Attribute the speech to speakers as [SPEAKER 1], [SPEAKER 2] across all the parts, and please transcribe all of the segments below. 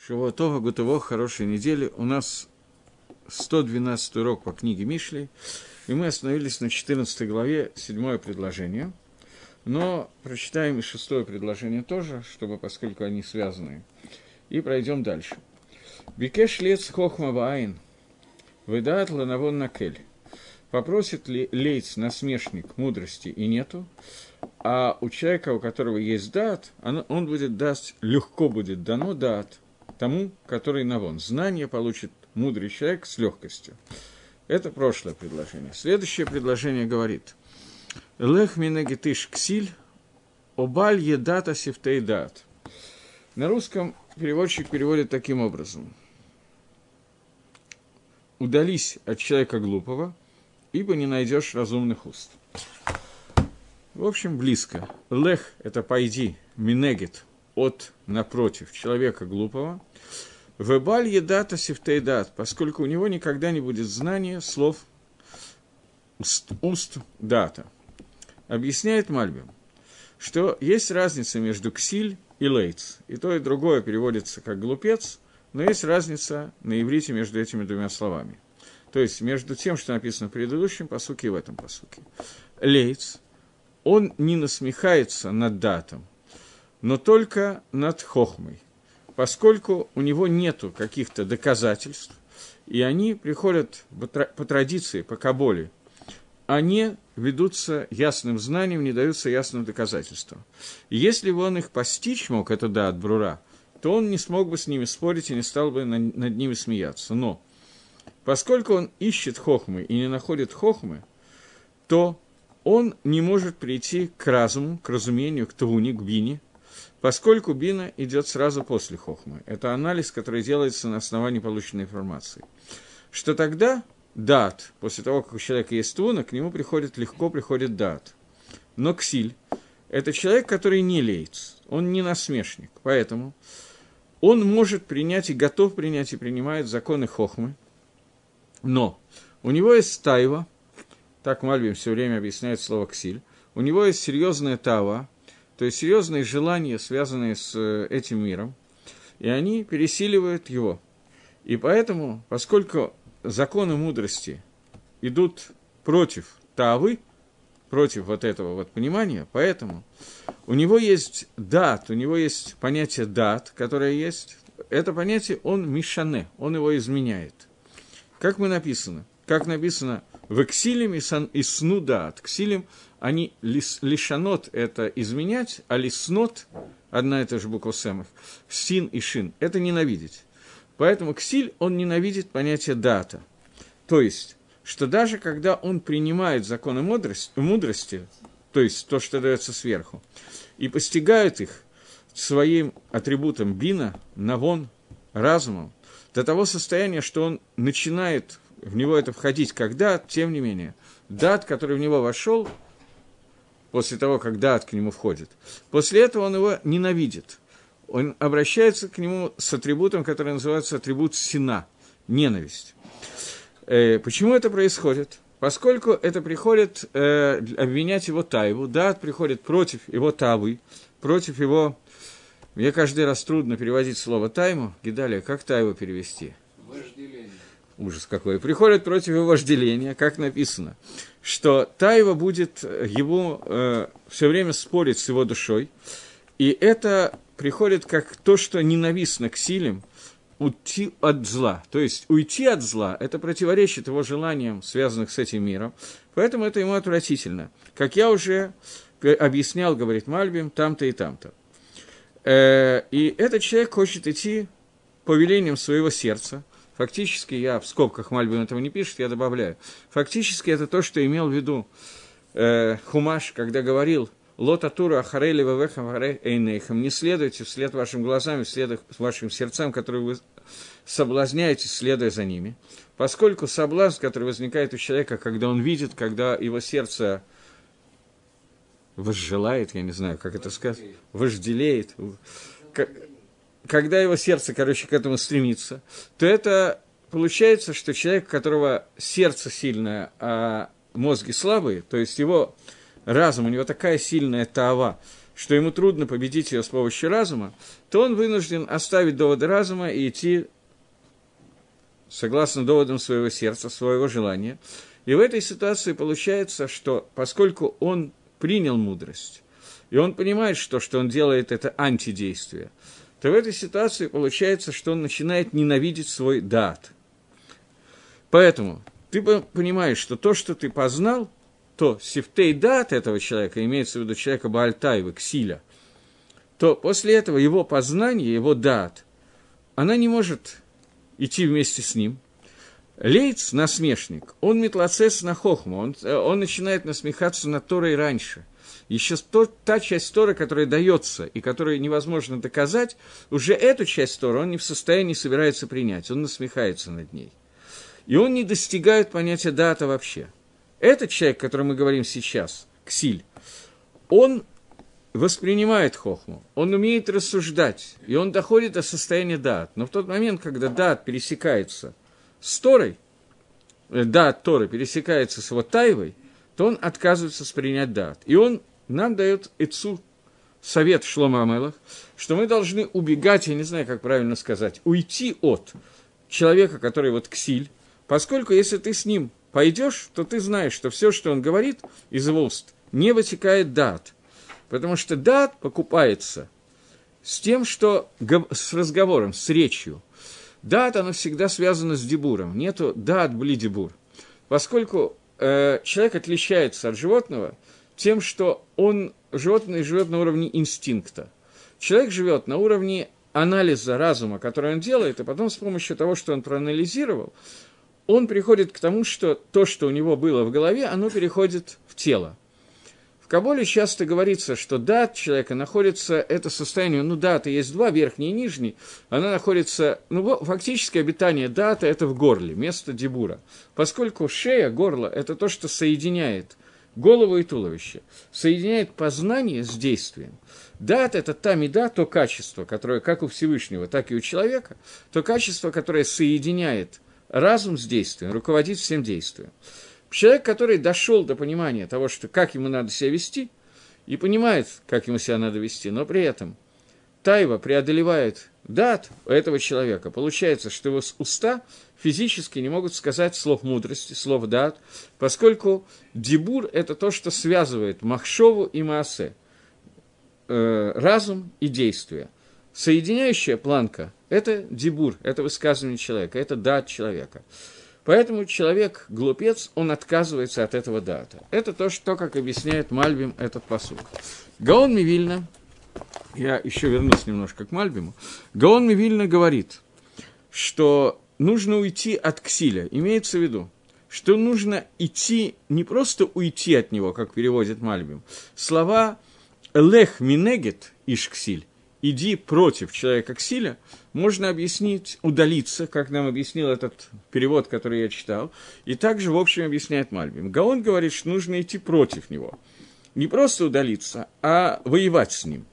[SPEAKER 1] Шавуатова, Гутово, хорошей недели. У нас 112 урок по книге Мишли, и мы остановились на 14 главе, 7 предложение. Но прочитаем и 6 предложение тоже, поскольку они связаны, и пройдем дальше. Бикеш лец хохма ваайн, выдат ланавон накель. Попросит ли лейц насмешник мудрости и нету, а у человека, у которого есть даат, он будет даст, легко будет дано даат тому, который навон. Знание получит мудрый человек с легкостью. Это прошлое предложение. Следующее предложение говорит: «Лех минегетиш ксиль, обаль едата сифтей дат». На русском переводчик переводит таким образом: «Удались от человека глупого, ибо не найдешь разумных уст». В общем, близко. «Лех» – это «пойди», «минегет» – от, напротив, человека глупого. «Вебаль едата сифтей дат», поскольку у него никогда не будет знания слов уст дата. Объясняет Мальбим, что есть разница между ксиль и лейц. И то, и другое переводится как глупец, но есть разница на иврите между этими двумя словами. То есть между тем, что написано в предыдущем пасуке и в этом пасуке. Лейц, он не насмехается над датом, но только над хохмой, поскольку у него нету каких-то доказательств, и они приходят по традиции, по каболе, они ведутся ясным знанием, не даются ясным доказательствам. И если бы он их постичь мог, это даат брура, то он не смог бы с ними спорить и не стал бы над ними смеяться. Но поскольку он ищет хохмы и не находит хохмы, то он не может прийти к разуму, к разумению, к твуне, к бине, поскольку бина идет сразу после хохмы. Это анализ, который делается на основании полученной информации. Что тогда даат, после того, как у человека есть твуна, к нему легко приходит даат. Но ксиль – это человек, который не лейц, он не насмешник, поэтому он может принять и готов принять и принимает законы хохмы, но у него есть тайва, так Мальбим все время объясняет слово ксиль, у него есть серьезная тава, то есть серьезные желания, связанные с этим миром, и они пересиливают его. И поэтому, поскольку законы мудрости идут против тавы, против вот этого вот понимания, поэтому у него есть дат, у него есть понятие дат, которое есть, это понятие он мишане, он его изменяет. Как написано в эксилем и сну даат. Ксилем, они лишанот – это изменять, а лиснот – одна и та же буква сэмых, син и шин – это ненавидеть. Поэтому ксиль, он ненавидит понятие дата. То есть, что даже когда он принимает законы мудрости, то есть то, что дается сверху, и постигает их своим атрибутом бина, навон, разумом, до того состояния, что он начинает в него это входить как дат, тем не менее, дат, который в него вошел, после того, как дат к нему входит, после этого он его ненавидит. Он обращается к нему с атрибутом, который называется атрибут сина, ненависть. Почему это происходит? Поскольку это приходит обвинять его тайву, дат приходит против его тавы, против его... Мне каждый раз трудно переводить слово тайму. Гидалия, как тайву перевести?
[SPEAKER 2] Вожделение.
[SPEAKER 1] Ужас какой. Приходит против его вожделения, как написано, что тайва будет его все время спорить с его душой, и это приходит как то, что ненавистно к силам, уйти от зла. То есть уйти от зла – это противоречит его желаниям, связанным с этим миром, поэтому это ему отвратительно. Как я уже объяснял, говорит Мальбим, там-то и там-то. И этот человек хочет идти по велениям своего сердца. Фактически, я в скобках Мальбим этого не пишет, я добавляю. Фактически, это то, что имел в виду Хумаш, когда говорил «Лота тура ахарели вавехам ахаре эйнейхам» «Не следуйте вслед вашим глазам, вслед вашим сердцам, которые вы соблазняете, следуя за ними». Поскольку соблазн, который возникает у человека, когда он видит, когда его сердце возжелает, я не знаю, как это сказать, вожделеет, когда его сердце, к этому стремится, то это получается, что человек, у которого сердце сильное, а мозги слабые, то есть его разум, у него такая сильная таава, что ему трудно победить ее с помощью разума, то он вынужден оставить доводы разума и идти согласно доводам своего сердца, своего желания. И в этой ситуации получается, что поскольку он принял мудрость, и он понимает, что он делает это антидействие, то в этой ситуации получается, что он начинает ненавидеть свой даат. Поэтому ты понимаешь, что то, что ты познал, то сифтей даат этого человека, имеется в виду человека Баальтайва, Ксиля, то после этого его познание, его даат, она не может идти вместе с ним. Лейц, насмешник, он метлацес на хохму, он начинает насмехаться над Торой раньше. Еще та часть Торы, которая дается и которую невозможно доказать, уже эту часть Торы он не в состоянии собирается принять, он насмехается над ней. И он не достигает понятия даата вообще. Этот человек, о котором мы говорим сейчас, Ксиль, он воспринимает хохму, он умеет рассуждать, и он доходит до состояния даат. Но в тот момент, когда даат пересекается с Торой, даат Торы пересекается с его тайвой, то он отказывается принять даат. И он нам дает Эцу, совет Шломо ха-Мелех, что мы должны убегать, я не знаю, как правильно сказать, уйти от человека, который вот Ксиль, поскольку если ты с ним пойдешь, то ты знаешь, что все, что он говорит из его уст, не вытекает даат. Потому что даат покупается с тем, что с разговором, с речью. Даат, оно всегда связано с дибуром. Нету даат бли дибур. Поскольку человек отличается от животного тем, что животное живет на уровне инстинкта. Человек живет на уровне анализа разума, который он делает, и потом с помощью того, что он проанализировал, он приходит к тому, что то, что у него было в голове, оно переходит в тело. В Каболе часто говорится, что дат человека находится, это состояние, дата есть два, верхний и нижний, она находится, фактически обитание дата – это в горле, место дибура. Поскольку шея, горло – это то, что соединяет голову и туловище, соединяет познание с действием. Дат – это та мида, то качество, которое как у Всевышнего, так и у человека, то качество, которое соединяет разум с действием, руководит всем действием. Человек, который дошел до понимания того, что как ему надо себя вести, и понимает, как ему себя надо вести, но при этом тайва преодолевает дат у этого человека, получается, что его уста физически не могут сказать слов мудрости, слов дат, поскольку дибур – это то, что связывает махшову и маасе, разум и действие. Соединяющая планка – это дибур, это высказывание человека, это дат человека. Поэтому человек, глупец, он отказывается от этого дата. Это то, как объясняет Мальбим этот пасук. Гаон Мивильна, я еще вернусь немножко к Мальбиму, Гаон Мивильна говорит, что нужно уйти от Ксиля. Имеется в виду, что нужно идти, не просто уйти от него, как переводит Мальбим. Слова «лех минегет иш Ксиль», «иди против человека Ксиля», можно объяснить «удалиться», как нам объяснил этот перевод, который я читал, и также, в общем, объясняет Мальбим. Гаон говорит, что нужно идти против него. Не просто удалиться, а воевать с ним.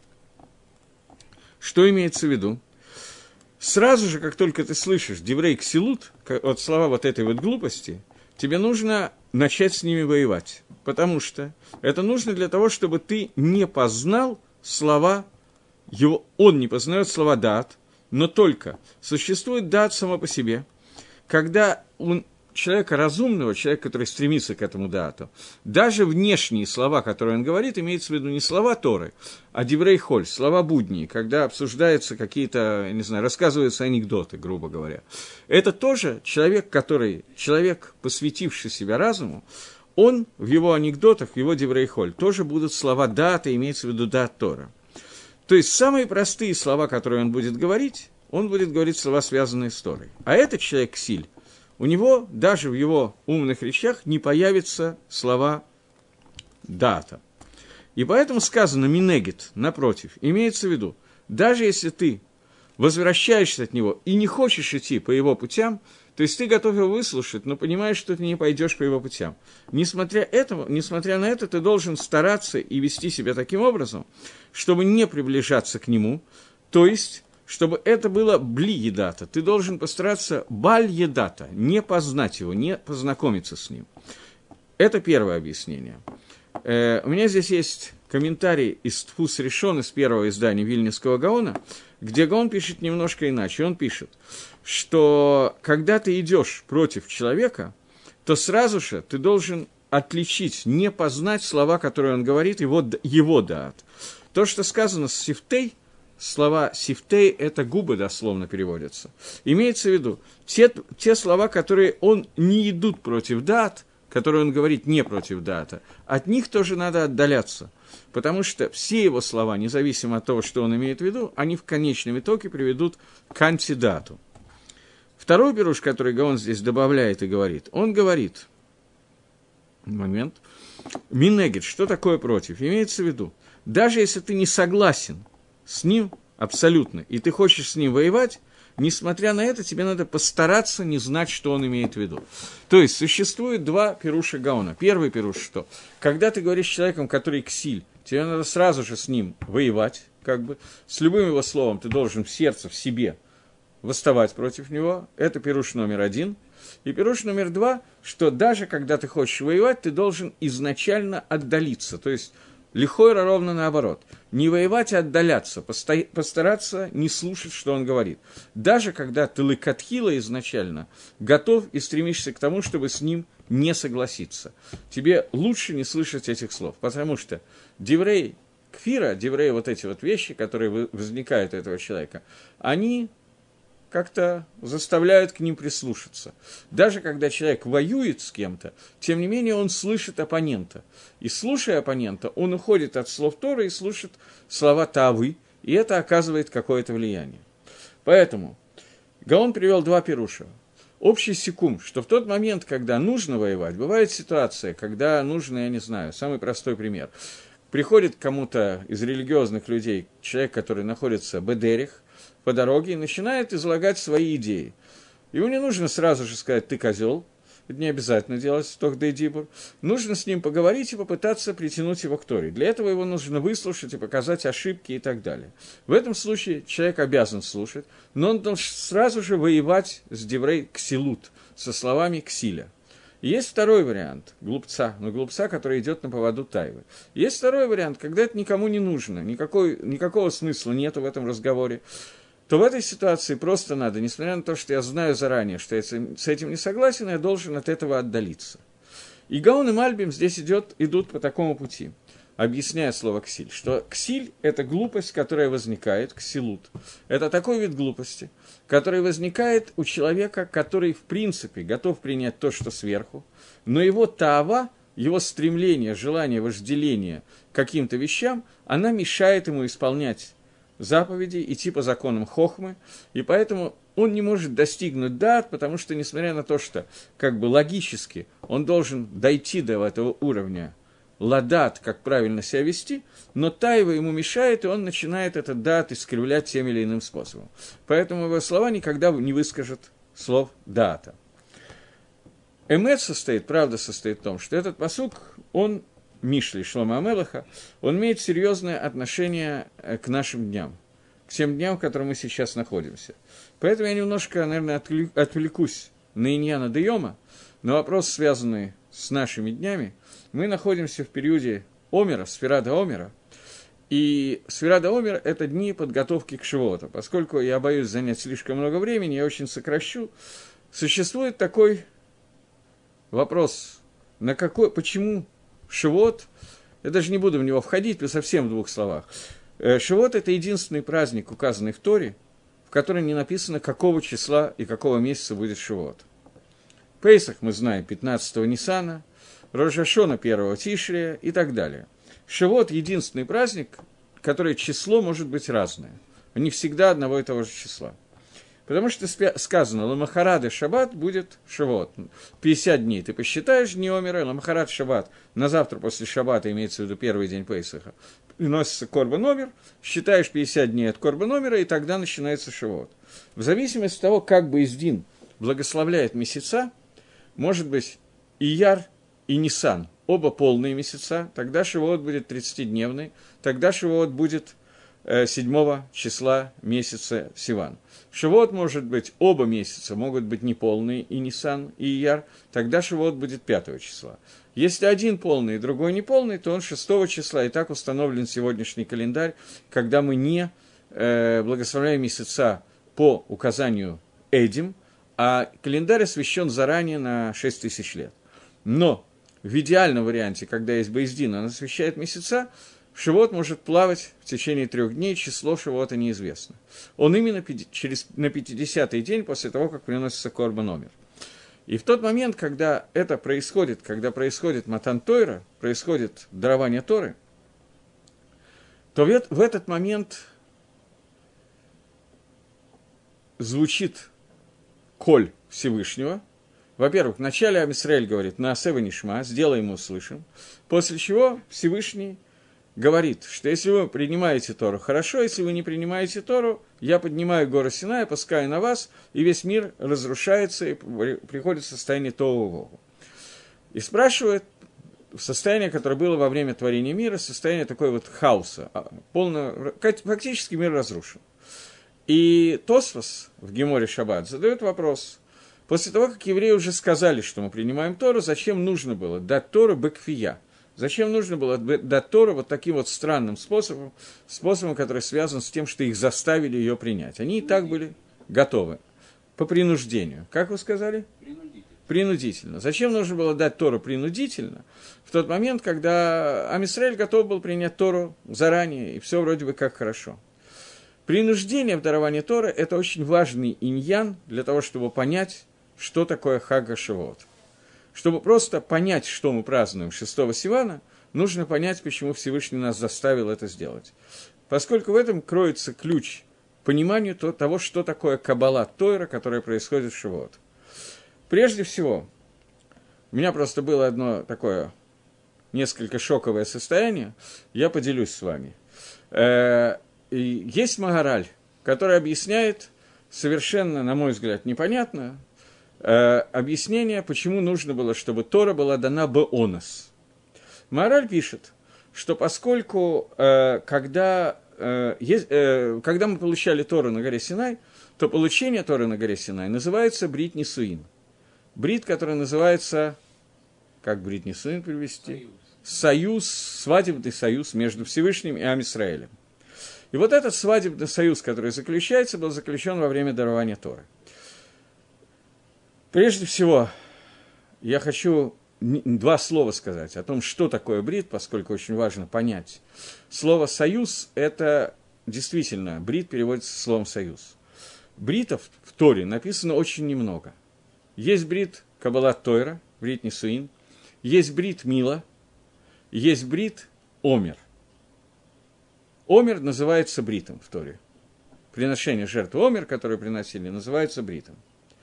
[SPEAKER 1] Что имеется в виду? Сразу же, как только ты слышишь «деврей ксилут», вот слова вот этой вот глупости, тебе нужно начать с ними воевать, потому что это нужно для того, чтобы ты не познал слова он не познает слова «дат», но только существует «дат» само по себе. Когда у человека разумного, человека, который стремится к этому «дату», даже внешние слова, которые он говорит, имеется в виду не слова Торы, а «диврей холь», слова будние, когда обсуждаются какие-то, рассказываются анекдоты, грубо говоря. Это тоже человек, посвятивший себя разуму, он в его анекдотах, в его «диврей холь» тоже будут слова «дата», имеется в виду «дат Тора». То есть самые простые слова, которые он будет говорить слова, связанные с Торой. А этот человек Ксиль, у него даже в его умных речах не появятся слова дата. И поэтому сказано «минегет», напротив, имеется в виду, даже если ты возвращаешься от него и не хочешь идти по его путям, то есть ты готов его выслушать, но понимаешь, что ты не пойдешь по его путям. Несмотря на это, ты должен стараться и вести себя таким образом, чтобы не приближаться к нему, то есть, чтобы это было бли-едата. Ты должен постараться баль-едата, не познать его, не познакомиться с ним. Это первое объяснение. У меня здесь есть комментарий из Тфус Ришон, из первого издания Вильнюсского Гаона, где Гаон пишет немножко иначе. Он пишет, что когда ты идешь против человека, то сразу же ты должен отличить, не познать слова, которые он говорит, его даат. То, что сказано с сифтей, слова сифтей – это губы, дословно переводятся. Имеется в виду, те слова, которые он не идут против даат, которые он говорит не против даата, от них тоже надо отдаляться, потому что все его слова, независимо от того, что он имеет в виду, они в конечном итоге приведут к антидату. Второй пируш, который Гаон здесь добавляет и говорит, он говорит, минегет, что такое против? Имеется в виду, даже если ты не согласен с ним абсолютно, и ты хочешь с ним воевать, несмотря на это, тебе надо постараться не знать, что он имеет в виду. То есть, существует два пируша Гаона. Первый пируш что? Когда ты говоришь с человеком, который ксиль, тебе надо сразу же с ним воевать, с любым его словом ты должен в сердце, в себе восставать против него. Это пируш номер один. И пируш номер два, что даже когда ты хочешь воевать, ты должен изначально отдалиться. То есть, лихойра ровно наоборот. Не воевать, а отдаляться, постараться не слушать, что он говорит. Даже когда ты лыкатхила изначально готов и стремишься к тому, чтобы с ним не согласиться. Тебе лучше не слышать этих слов, потому что деврей кфира, деврей вот эти вот вещи, которые возникают у этого человека, они как-то заставляют к ним прислушаться. Даже когда человек воюет с кем-то, тем не менее он слышит оппонента. И слушая оппонента, он уходит от слов Торы и слушает слова Тавы, и это оказывает какое-то влияние. Поэтому Гаон привел два пируша. Общий секум, что в тот момент, когда нужно воевать, бывает ситуация, когда нужно, я не знаю, самый простой пример. Приходит к кому-то из религиозных людей человек, который находится бедерих, по дороге и начинает излагать свои идеи. Ему не нужно сразу же сказать «ты козел», это не обязательно делать тох и дибур. Нужно с ним поговорить и попытаться притянуть его к Торе. Для этого его нужно выслушать и показать ошибки и так далее. В этом случае человек обязан слушать, но он должен сразу же воевать с деврей ксилут, со словами ксиля. Есть второй вариант – глупца, но глупца, который идет на поводу тайвы. Есть второй вариант, когда это никому не нужно, никакого смысла нету в этом разговоре, то в этой ситуации просто надо, несмотря на то, что я знаю заранее, что я с этим не согласен, я должен от этого отдалиться. И Гаон и Мальбим здесь идут по такому пути, объясняя слово «ксиль», что «ксиль» – это глупость, которая возникает, «ксилут». Это такой вид глупости, который возникает у человека, который, в принципе, готов принять то, что сверху, но его таава, его стремление, желание, вожделение к каким-то вещам, она мешает ему исполнять заповеди, идти по законам хохмы, и поэтому он не может достигнуть дат, потому что, несмотря на то, что логически он должен дойти до этого уровня ладат, как правильно себя вести, но тайва ему мешает, и он начинает этот дат искривлять тем или иным способом. Поэтому его слова никогда не выскажут слов дата. Эмет правда состоит в том, что этот пасук, он Мишли Шломо Амелеха, он имеет серьезное отношение к нашим дням, к тем дням, в которых мы сейчас находимся. Поэтому я немножко, наверное, отвлекусь на Иньяна Дейома, на вопрос, связанный с нашими днями. Мы находимся в периоде Омера, Сфирада Омера, и Сфирада Омер – это дни подготовки к Шивоту. Поскольку я боюсь занять слишком много времени, я очень сокращу. Существует такой вопрос, почему Шивот, я даже не буду в него входить, совсем в двух словах. Шивот – это единственный праздник, указанный в Торе, в котором не написано, какого числа и какого месяца будет Шивот. Пейсах мы знаем 15-го Ниссана, Рош ха-Шана 1-го Тишрия и так далее. Шивот – единственный праздник, который число может быть разное. Не всегда одного и того же числа. Потому что сказано, ламахарад и шаббат будет шавот. 50 дней ты посчитаешь дни Омера, ламахарад шаббат, на завтра после шаббата, имеется в виду первый день Пейсаха, носится корбан омер, считаешь 50 дней от корбан омера, и тогда начинается шавот. В зависимости от того, как Бейс-Дин благословляет месяца, может быть Ияр и Нисан, оба полные месяца, тогда шавот будет 30-дневный, тогда шавот будет 7 числа месяца Сиван. Шивот может быть, оба месяца могут быть неполные, и Нисан, и Ияр, тогда Шивот будет 5 числа. Если один полный и другой неполный, то он 6 числа, и так установлен сегодняшний календарь, когда мы не благословляем месяца по указанию Эдим, а календарь освящен заранее на 6000 лет. Но в идеальном варианте, когда есть Бейздин, он освещает месяца, Шивот может плавать в течение 3 дней, число Шивота неизвестно. Он именно на 50-й день после того, как приносится Корбан Омер. И в тот момент, когда это происходит, когда происходит Матан Тойра, происходит дарование Торы, то в этот момент звучит коль Всевышнего. Во-первых, вначале Ам Исраэль говорит «Наасева нишма», «сделаем и услышим», после чего Всевышний говорит, что если вы принимаете Тору, хорошо, если вы не принимаете Тору, я поднимаю гору Синай, опускаю на вас, и весь мир разрушается, и приходит в состояние Тоу-Вогу. И спрашивает, состояние, которое было во время творения мира, состояние такой вот хаоса, фактически мир разрушен. И Тосфос в Геморе Шаббат задает вопрос, после того, как евреи уже сказали, что мы принимаем Тору, зачем нужно было дать Тору бекфия? Зачем нужно было дать Тору вот таким вот странным способом, который связан с тем, что их заставили ее принять? Они и так были готовы, по принуждению. Как вы сказали? Принудительно. Зачем нужно было дать Тору принудительно? В тот момент, когда Ам Исраэль готов был принять Тору заранее, и все вроде бы как хорошо. Принуждение в даровании Торы – это очень важный иньян для того, чтобы понять, что такое Хаг ха-Шивот. Чтобы просто понять, что мы празднуем 6 Сивана, нужно понять, почему Всевышний нас заставил это сделать. Поскольку в этом кроется ключ к пониманию того, что такое Каббала Тойра, которая происходит в Шивот. Прежде всего, у меня просто было одно такое несколько шоковое состояние, я поделюсь с вами. Есть Магараль, который объясняет совершенно, на мой взгляд, непонятно, объяснение, почему нужно было, чтобы Тора была дана беонос. Магараль пишет, что поскольку, когда мы получали Тору на горе Синай, то получение Торы на горе Синай называется Брит Нисуин. Брит, который называется, как Брит Нисуин перевести? Союз, свадебный союз между Всевышним и Ам Исраэлем. И вот этот свадебный союз, который заключается, был заключен во время дарования Торы. Прежде всего, я хочу 2 слова сказать о том, что такое брит, поскольку очень важно понять. Слово «союз» – это действительно, брит переводится словом «союз». Бритов в Торе написано очень немного. Есть брит Каббалат Тойра, брит Нисуин, есть брит Мила, есть брит Омер. Омер называется бритом в Торе. Приношение жертвы Омер, которое приносили, называется бритом.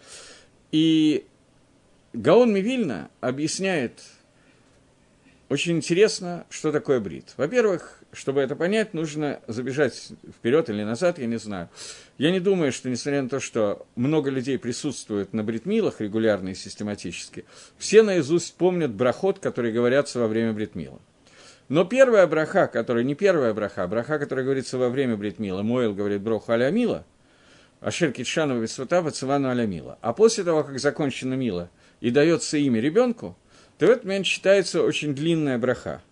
[SPEAKER 1] И Гаон Мивильна объясняет очень интересно, что такое брит. Во-первых, чтобы это понять, нужно забежать вперед или назад, я не знаю. Я не думаю, что, несмотря на то, что много людей присутствует на брит-милах регулярно и систематически, все наизусть помнят брахот, которые говорятся во время брит-мила. Но первая браха, которая не первая браха, а браха, которая говорится во время брит-мила, Моэл говорит броху аля мила, Ашер Китшану Висвата Вацивану аля мила. А после того, как закончено мила и дается имя ребенку, то в этот момент считается очень длинная браха.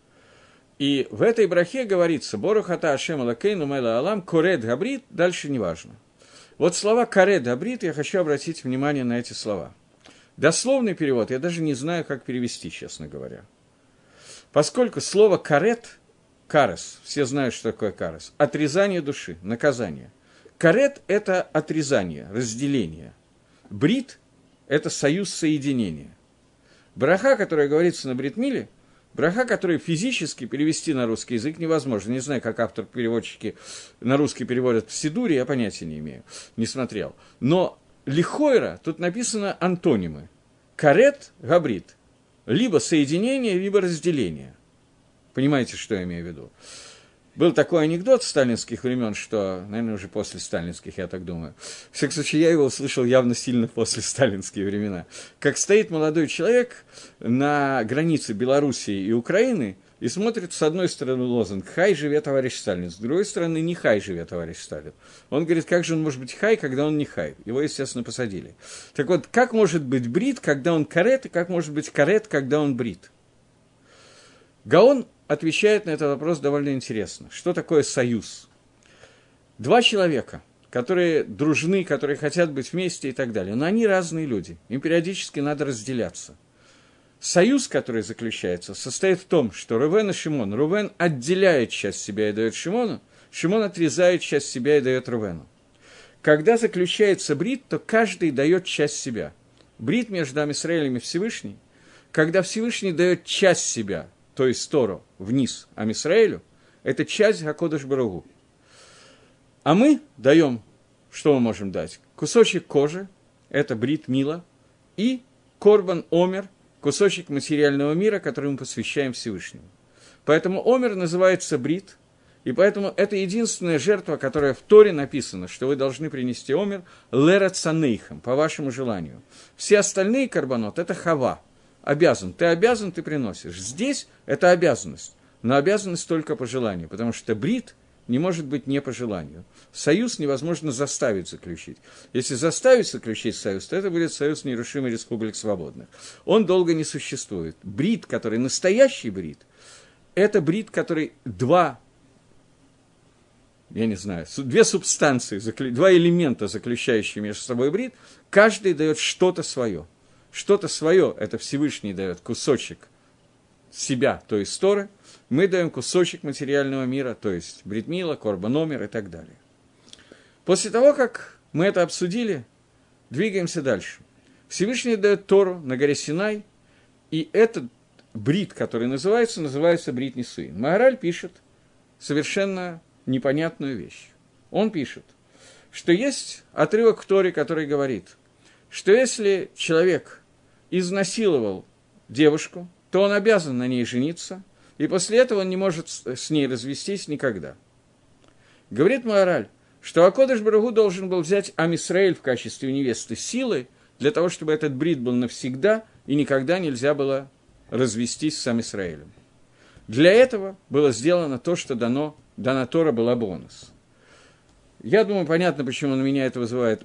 [SPEAKER 1] И в этой брахе говорится «Борух ата Ашем Элокейну мэлэ алам коред габрит», дальше неважно. Вот слова «коред габрит» я хочу обратить внимание на эти слова. Дословный перевод я даже не знаю, как перевести, честно говоря. Поскольку слово «карет», «карес», все знают, что такое «карес», отрезание души, наказание. «Карет» – это отрезание, разделение. «Брит» – это союз соединения. Браха, которая говорится на брит-миле, браха, которую физически перевести на русский язык невозможно. Не знаю, как автор-переводчики на русский переводят в Сидуре, я понятия не имею, не смотрел. Но лихойра, тут написано антонимы. Карет, габрит. Либо соединение, либо разделение. Понимаете, что я имею в виду? Был такой анекдот сталинских времен, что, наверное, уже после сталинских, я так думаю. В всяком случае, я его услышал явно сильно после сталинские времена. Как стоит молодой человек на границе Белоруссии и Украины, и смотрит с одной стороны лозунг «Хай, живе, товарищ Сталин», с другой стороны «Не хай, живе, товарищ Сталин». Он говорит, как же он может быть хай, когда он не хай? Его, естественно, посадили. Так вот, как может быть брит, когда он карет, и как может быть карет, когда он брит? Гаон отвечает на этот вопрос довольно интересно. Что такое союз? Два человека, которые дружны, которые хотят быть вместе и так далее, но они разные люди, им периодически надо разделяться. Союз, который заключается, состоит в том, что Рувен и Шимон. Рувен отделяет часть себя и дает Шимону, Шимон отрезает часть себя и дает Рувену. Когда заключается брит, то каждый дает часть себя. Брит между Ам-Исраэлем и Всевышним, когда Всевышний дает часть себя, то есть Тору, вниз Ам-Исраэлю, это часть Гакодеш Баругу. А мы даем, что мы можем дать? Кусочек кожи, это брит мила, и корбан омер, кусочек материального мира, который мы посвящаем Всевышнему. Поэтому омер называется брит, и поэтому это единственная жертва, которая в Торе написана, что вы должны принести омер лера цанейхам, по вашему желанию. Все остальные карбонот – это хава, обязан, ты приносишь. Здесь это обязанность, но обязанность только по желанию, потому что брит не может быть не по желанию. Союз невозможно заставить заключить. Если заставить заключить союз, то это будет союз нерушимой республик свободных. Он долго не существует. Брит, который настоящий брит, это брит, который две субстанции, два элемента, заключающие между собой брит, каждый дает что-то свое. Что-то свое, это Всевышний дает кусочек себя, то есть Торы, мы даем кусочек материального мира, то есть брит мила, корбан омер и так далее. После того, как мы это обсудили, двигаемся дальше. Всевышний дает Тору на горе Синай, и этот брит, который называется брит Нисуин. Маораль пишет совершенно непонятную вещь. Он пишет, что есть отрывок в Торе, который говорит, что если человек изнасиловал девушку, то он обязан на ней жениться, и после этого он не может с ней развестись никогда. Говорит Маораль, что Акодеш Баругу должен был взять Ам-Исраэль в качестве невесты силы, для того, чтобы этот брит был навсегда, и никогда нельзя было развестись с Ам-Исраэлем. Для этого было сделано то, что дана Тора была бонус. Я думаю, понятно, почему у меня это вызывает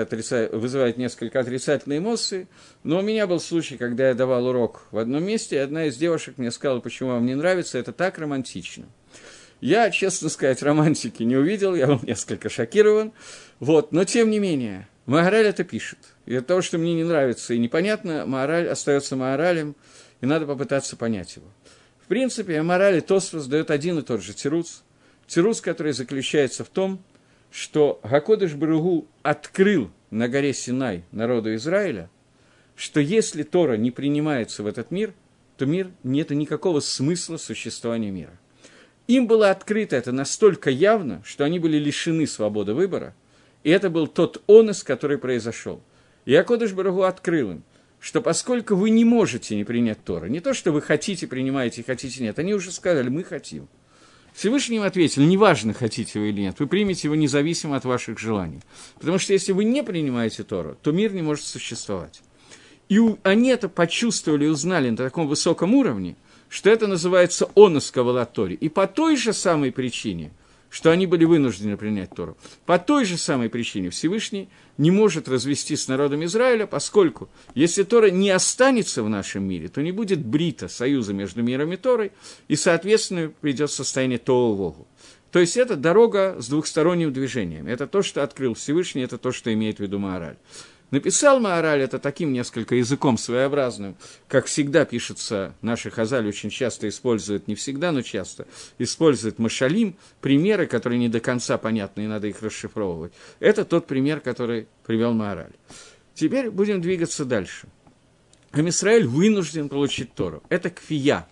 [SPEAKER 1] несколько отрицательные эмоции, но у меня был случай, когда я давал урок в одном месте, и одна из девушек мне сказала, почему вам не нравится, это так романтично. Я, честно сказать, романтики не увидел, я был несколько шокирован, но тем не менее, Маораль это пишет. И от того, что мне не нравится и непонятно, Маораль остается Маоралем, и надо попытаться понять его. В принципе, Маораль и Тосфос дают один и тот же тируц, который заключается в том, что Гакодеш Баругу открыл на горе Синай народу Израиля, что если Тора не принимается в этот мир, то нет никакого смысла существования мира. Им было открыто это настолько явно, что они были лишены свободы выбора, и это был тот онос, который произошел. И Гакодеш Баругу открыл им, что поскольку вы не можете не принять Тору, не то, что вы хотите, принимаете, хотите, нет, они уже сказали, мы хотим. Всевышний им ответил, неважно, хотите вы или нет, вы примете его независимо от ваших желаний. Потому что если вы не принимаете Тору, то мир не может существовать. И они это почувствовали и узнали на таком высоком уровне, что это называется онос кавалат Торе. И по той же самой причине, что они были вынуждены принять Тору, по той же самой причине Всевышний не может развестись с народом Израиля, поскольку если Тора не останется в нашем мире, то не будет брита, союза между миром и Торой, и, соответственно, придет состояние Тоу-Вогу. То есть это дорога с двухсторонним движением. Это то, что открыл Всевышний, это то, что имеет в виду Маораль. Написал Маораль это таким несколько языком своеобразным, как всегда пишется, наши хазали очень часто используют, не всегда, но часто, используют машалим, примеры, которые не до конца понятны, и надо их расшифровывать. Это тот пример, который привел Маораль. Теперь будем двигаться дальше. Ам-Исраэль вынужден получить Тору. Это кфия.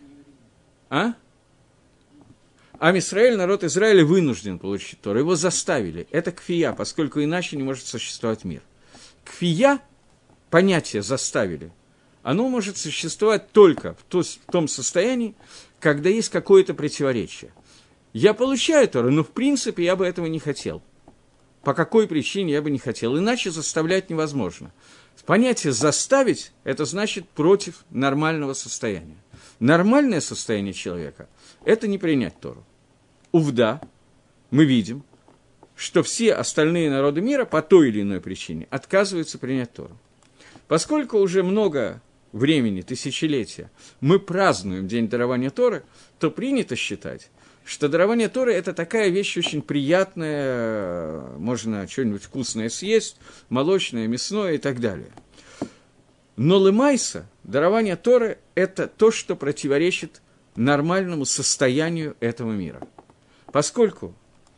[SPEAKER 1] Ам-Исраэль, народ Израиля, вынужден получить Тору. Его заставили. Это кфия, поскольку иначе не может существовать мир. Кфия, понятие заставили, оно может существовать только в том состоянии, когда есть какое-то противоречие. Я получаю Тору, но в принципе я бы этого не хотел. По какой причине я бы не хотел? Иначе заставлять невозможно. Понятие «заставить» – это значит против нормального состояния. Нормальное состояние человека – это не принять Тору. Увда, мы видим, что все остальные народы мира по той или иной причине отказываются принять Тору. Поскольку уже много времени, тысячелетия, мы празднуем День дарования Торы, то принято считать, что дарование Торы – это такая вещь очень приятная, можно что-нибудь вкусное съесть, молочное, мясное и так далее. Но лемайса, дарование Торы – это то, что противоречит нормальному состоянию этого мира. Поскольку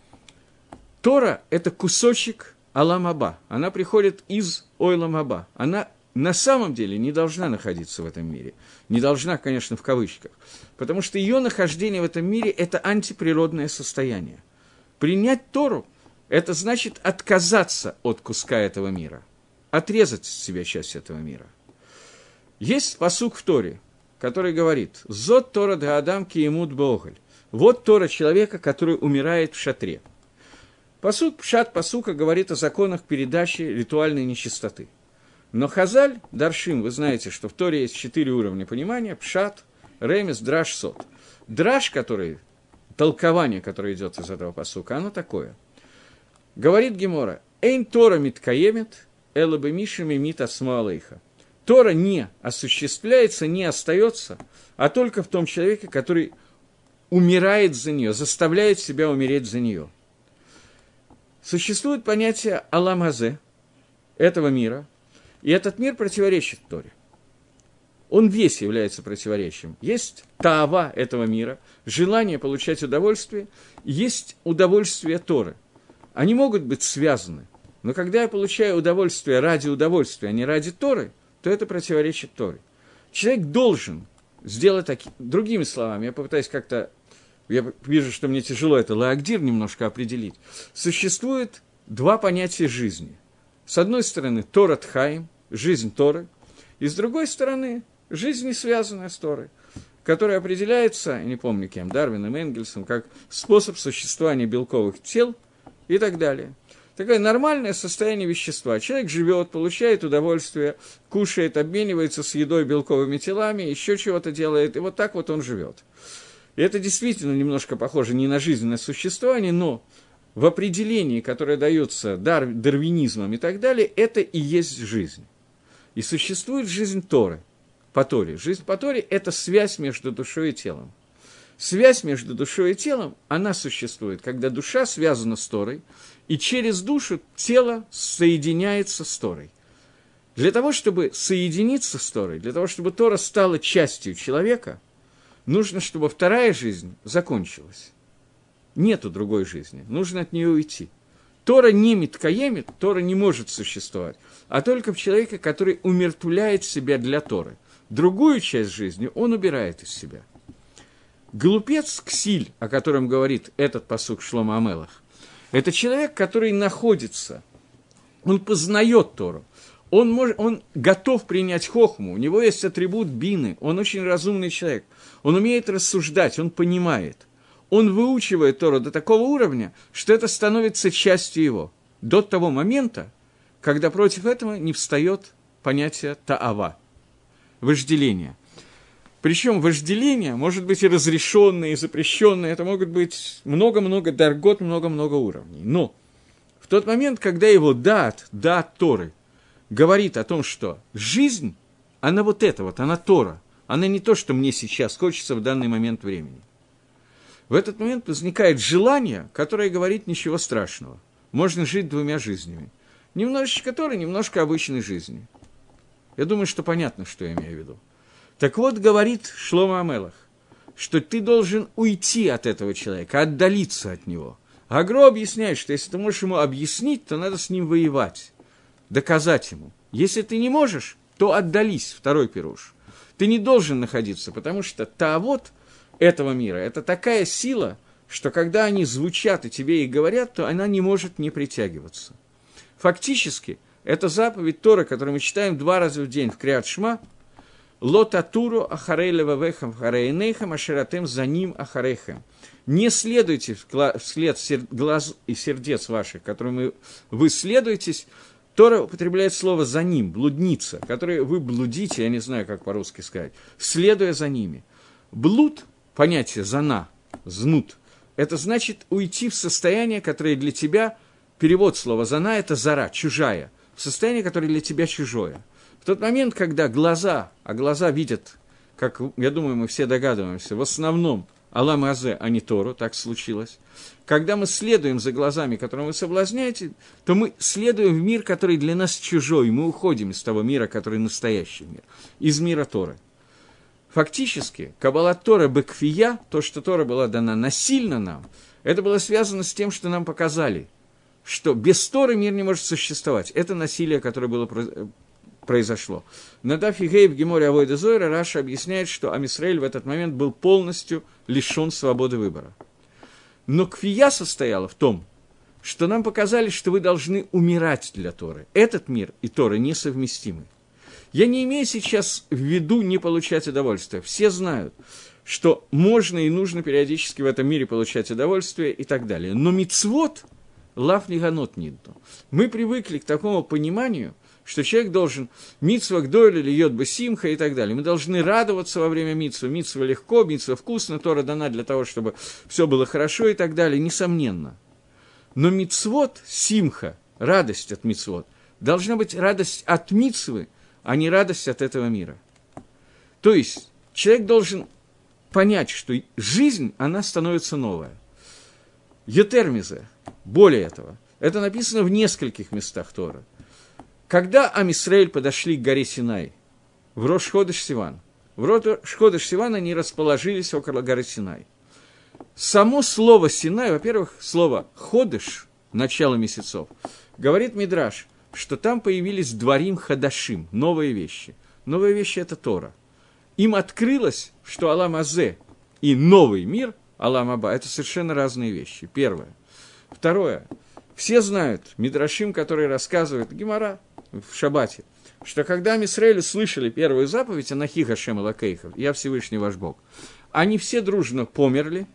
[SPEAKER 1] Тора – это кусочек Алам Аба, она приходит из Ойлам Аба, она на самом деле не должна находиться в этом мире. Не должна, конечно, в кавычках. Потому что ее нахождение в этом мире – это антиприродное состояние. Принять Тору – это значит отказаться от куска этого мира, отрезать от себя часть этого мира. Есть пасук в Торе, который говорит «Зот Тора де Адам киемут боголь». Вот Тора человека, который умирает в шатре. Пасук, пшат пасука говорит о законах передачи ритуальной нечистоты. Но Хазаль, Даршим, вы знаете, что в Торе есть 4 уровня понимания: Пшат, Ремес, Драш, Сот. Драш, который, толкование, которое идет из этого пасука, оно такое. Говорит Гемора: «Эйн Тора миткаемет, элабы мишами мит асмо алейха». Тора не осуществляется, не остается, а только в том человеке, который умирает за нее, заставляет себя умереть за нее. Существует понятие Алам Азе, этого мира, и этот мир противоречит Торе. Он весь является противоречием. Есть таава этого мира, желание получать удовольствие, есть удовольствие Торы. Они могут быть связаны, но когда я получаю удовольствие ради удовольствия, а не ради Торы, то это противоречит Торе. Человек должен сделать такие... Другими словами, я попытаюсь как-то... Я вижу, что мне тяжело это лаагдир немножко определить. Существует 2 понятия жизни. С одной стороны, Торат Хаим, жизнь Торы, и с другой стороны, жизнь, не связанная с Торой, которая определяется, я не помню кем, Дарвином, Энгельсом, как способ существования белковых тел и так далее. Такое нормальное состояние вещества. Человек живет, получает удовольствие, кушает, обменивается с едой белковыми телами, еще чего-то делает, и вот так вот он живет. И это действительно немножко похоже не на жизненное существование, но в определении, которое дается дарвинизмом и так далее, это и есть жизнь. И существует жизнь Торы, по Торе. Жизнь по Торе – это связь между душой и телом. Связь между душой и телом, она существует, когда душа связана с Торой, и через душу тело соединяется с Торой. Для того, чтобы соединиться с Торой, для того, чтобы Тора стала частью человека, нужно, чтобы вторая жизнь закончилась. Нету другой жизни, нужно от нее уйти. Тора не миткаемит, Тора не может существовать, а только в человеке, который умертвляет себя для Торы. Другую часть жизни он убирает из себя. Глупец Ксиль, о котором говорит этот пасук Шломо Амелах, это человек, который находится, он познает Тору, он готов принять хохму, у него есть атрибут бины, он очень разумный человек, он умеет рассуждать, он понимает. Он выучивает Тору до такого уровня, что это становится частью его, до того момента, когда против этого не встает понятие таава, вожделение. Причем вожделение может быть и разрешенное, и запрещенное, это могут быть много-много даргот, много-много уровней. Но в тот момент, когда его даат Торы, говорит о том, что жизнь, она вот эта вот, она Тора, она не то, что мне сейчас хочется в данный момент времени. В этот момент возникает желание, которое говорит ничего страшного. Можно жить 2 жизнями. Немножечко Торы, немножко обычной жизни. Я думаю, что понятно, что я имею в виду. Так вот, говорит Шломо Амелах, что ты должен уйти от этого человека, отдалиться от него. Агро объясняет, что если ты можешь ему объяснить, то надо с ним воевать, доказать ему. Если ты не можешь, то отдались, 2 пируш. Ты не должен находиться, потому что таавот этого мира – это такая сила, что когда они звучат и тебе их говорят, то она не может не притягиваться. Фактически, это заповедь Торы, которую мы читаем 2 раза в день в Криат Шма, «Ло татуру ахарей левавехам харейнейхам ашератем за ним ахарейхам». Не следуйте вслед глаз и сердец ваших, которым вы следуетесь. Тора употребляет слово «за ним», блудница, которой вы блудите, я не знаю, как по-русски сказать, следуя за ними. Блуд, понятие «зана», «знут», это значит уйти в состояние, которое для тебя, перевод слова «зана» – это «зара», «чужая», в состояние, которое для тебя чужое. В тот момент, когда глаза видят, как, я думаю, мы все догадываемся, в основном Алам Азе, а не Тору, так случилось. Когда мы следуем за глазами, которым вы соблазняете, то мы следуем в мир, который для нас чужой, мы уходим из того мира, который настоящий мир, из мира Торы. Фактически, Каббала Тора бекфия, то, что Тора была дана насильно нам, это было связано с тем, что нам показали, что без Торы мир не может существовать. Это насилие, которое было произошло. На дафе Гей в Геморе Авойда Зойра Раша объясняет, что Ам Исраэль в этот момент был полностью лишен свободы выбора. Но кфия состояла в том, что нам показали, что вы должны умирать для Торы. Этот мир и Тора несовместимы. Я не имею сейчас в виду не получать удовольствие. Все знают, что можно и нужно периодически в этом мире получать удовольствие и так далее. Но мицвот, лав неганот нидно. Мы привыкли к такому пониманию, что человек должен мицва гдойль или йод бесимха и так далее. Мы должны радоваться во время мицвы. Мицва легко, мицва вкусно, Тора дана для того, чтобы все было хорошо и так далее, несомненно. Но мицвот, симха, радость от мицвот, должна быть радость от мицвы, а не радость от этого мира. То есть человек должен понять, что жизнь, она становится новая. Етермизе, более этого, это написано в нескольких местах Торы. Когда Ам Исраэль подошли к горе Синай, в Рош-Ходеш Сиван, в Рош-Ходеш Сиван они расположились около горы Синай. Само слово Синай, во-первых, слово Ходеш, начало месяцев, говорит Мидраш, что там появились дварим хадашим, новые вещи. Новые вещи – это Тора. Им открылось, что Алам Азе и новый мир, Алам Аба, это совершенно разные вещи. Первое. Второе. Все знают, Мидрашим, который рассказывает Гемара в Шаббате, что когда Мисраэль услышали первую заповедь «Анахи Хашем Элокейхов», «Я Всевышний ваш Бог», они все дружно умерли,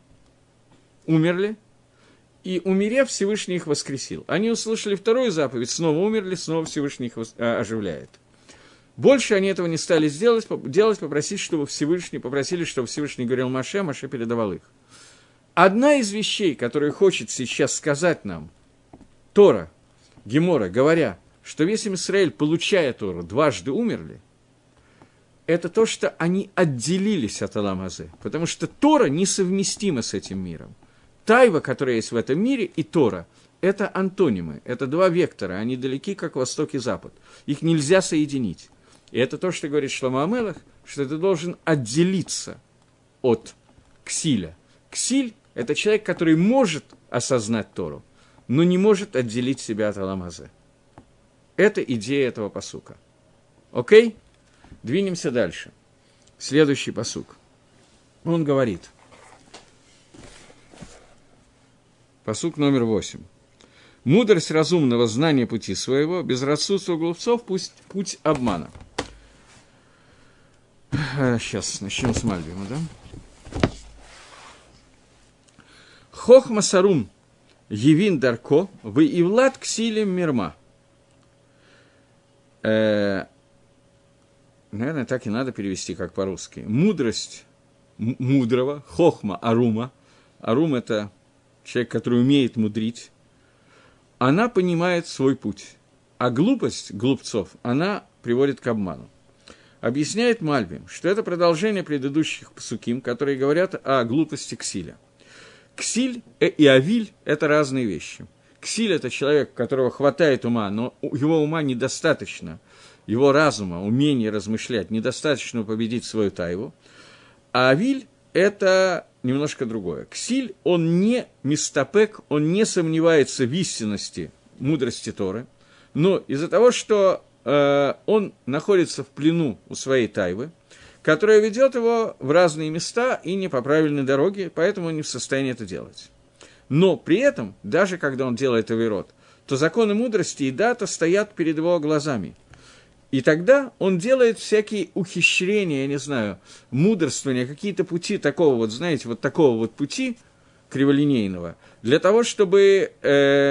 [SPEAKER 1] и, умерев, Всевышний их воскресил. Они услышали вторую заповедь, снова умерли, снова Всевышний их оживляет. Больше они этого не стали делать, попросили, чтобы Всевышний говорил Моше, Моше передавал их. Одна из вещей, которую хочет сейчас сказать нам Тора, Гемора, говоря, что весь Израиль, получая Тору, дважды умерли, это то, что они отделились от Алам Азе, потому что Тора несовместима с этим миром. Тайва, которая есть в этом мире, и Тора – это антонимы, это два вектора, они далеки, как восток и запад. Их нельзя соединить. И это то, что говорит Шломо ха-Мелех, что ты должен отделиться от Ксиля. Ксиль – это человек, который может осознать Тору, но не может отделить себя от Алам Азе. Это идея этого пасука. Окей? Двинемся дальше. Следующий пасук. Он говорит. Пасук номер 8. «Мудрость разумного, знание пути своего, безрассудство глупцов, путь обмана». Сейчас начнем с Мальбима, да? «Хохма сарум евин дарко, вы и влад ксилем мирма». Наверное, так и надо перевести, как по-русски. Мудрость мудрого, хохма арума. Арум – это человек, который умеет мудрить. Она понимает свой путь. А глупость глупцов, она приводит к обману. Объясняет Мальбим, что это продолжение предыдущих пасуким, которые говорят о глупости Ксиля. Ксиль и Авиль – это разные вещи. Ксиль – это человек, у которого хватает ума, но его ума недостаточно, его разума, умения размышлять, недостаточно победить свою тайву. А Авиль – это немножко другое. Ксиль, он не мистапек, он не сомневается в истинности мудрости Торы, но из-за того, что он находится в плену у своей тайвы, которая ведет его в разные места и не по правильной дороге, поэтому он не в состоянии это делать. Но при этом, даже когда он делает авейрот, то законы мудрости и дата стоят перед его глазами. И тогда он делает всякие ухищрения, я не знаю, мудрствования, какие-то пути такого вот, знаете, вот такого вот пути криволинейного, для того, чтобы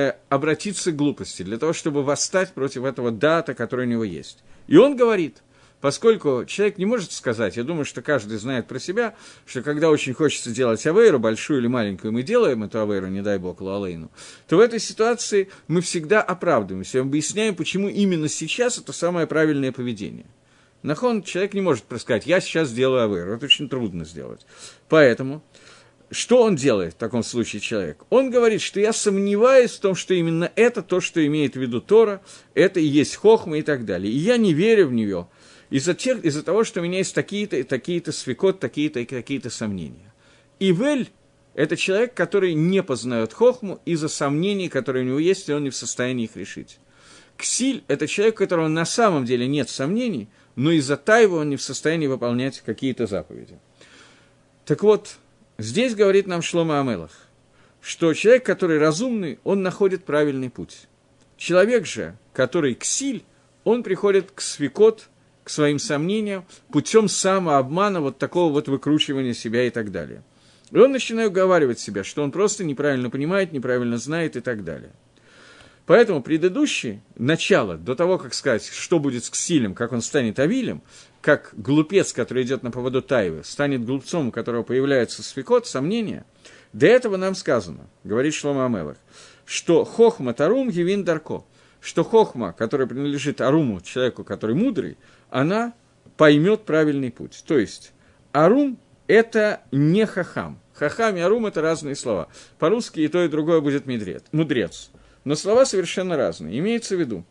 [SPEAKER 1] обратиться к глупости, для того, чтобы восстать против этого дата, который у него есть. И он говорит, поскольку человек не может сказать, я думаю, что каждый знает про себя, что когда очень хочется делать авейру, большую или маленькую, мы делаем эту авейру, не дай бог, луалейну, то в этой ситуации мы всегда оправдываемся, объясняем, почему именно сейчас это самое правильное поведение. Нахон, человек не может сказать, я сейчас сделаю авейру, это очень трудно сделать. Поэтому, что он делает в таком случае человек? Он говорит, что я сомневаюсь в том, что именно это то, что имеет в виду Тора, это и есть хохма и так далее. И я не верю в нее из-за того, что у меня есть такие-то свекот, такие-то сомнения. Ивель – это человек, который не познает хохму из-за сомнений, которые у него есть, и он не в состоянии их решить. Ксиль – это человек, у которого на самом деле нет сомнений, но из-за тайвы он не в состоянии выполнять какие-то заповеди. Так вот, здесь говорит нам Шломо Амелах, что человек, который разумный, он находит правильный путь. Человек же, который ксиль, он приходит к свекот, к своим сомнениям, путем самообмана, вот такого вот выкручивания себя и так далее. И он начинает уговаривать себя, что он просто неправильно понимает, неправильно знает и так далее. Поэтому предыдущее начало, до того, как сказать, что будет с ксилем, как он станет авилем, как глупец, который идет на поводу тайвы, станет глупцом, у которого появляется свекот, сомнения, до этого нам сказано, говорит Шломо Амелах, что хохма тарум гивин дарко, что хохма, которая принадлежит аруму, человеку, который мудрый, она поймет правильный путь. То есть арум – это не хахам. Хахам и арум – это разные слова. По-русски и то, и другое будет мудрец. Но слова совершенно разные. Имеется в виду,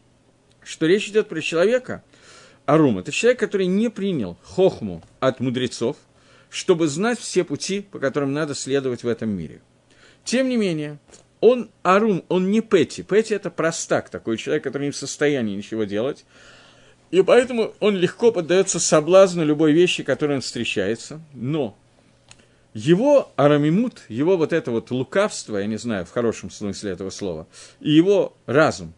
[SPEAKER 1] что речь идет про человека, арум – это человек, который не принял хохму от мудрецов, чтобы знать все пути, по которым надо следовать в этом мире. Тем не менее, он арум, он не пэти. Пэти – это простак, такой человек, который не в состоянии ничего делать. И поэтому он легко поддается соблазну любой вещи, которой он встречается. Но его арамимут, его вот это вот лукавство, я не знаю, в хорошем смысле этого слова, и его разум,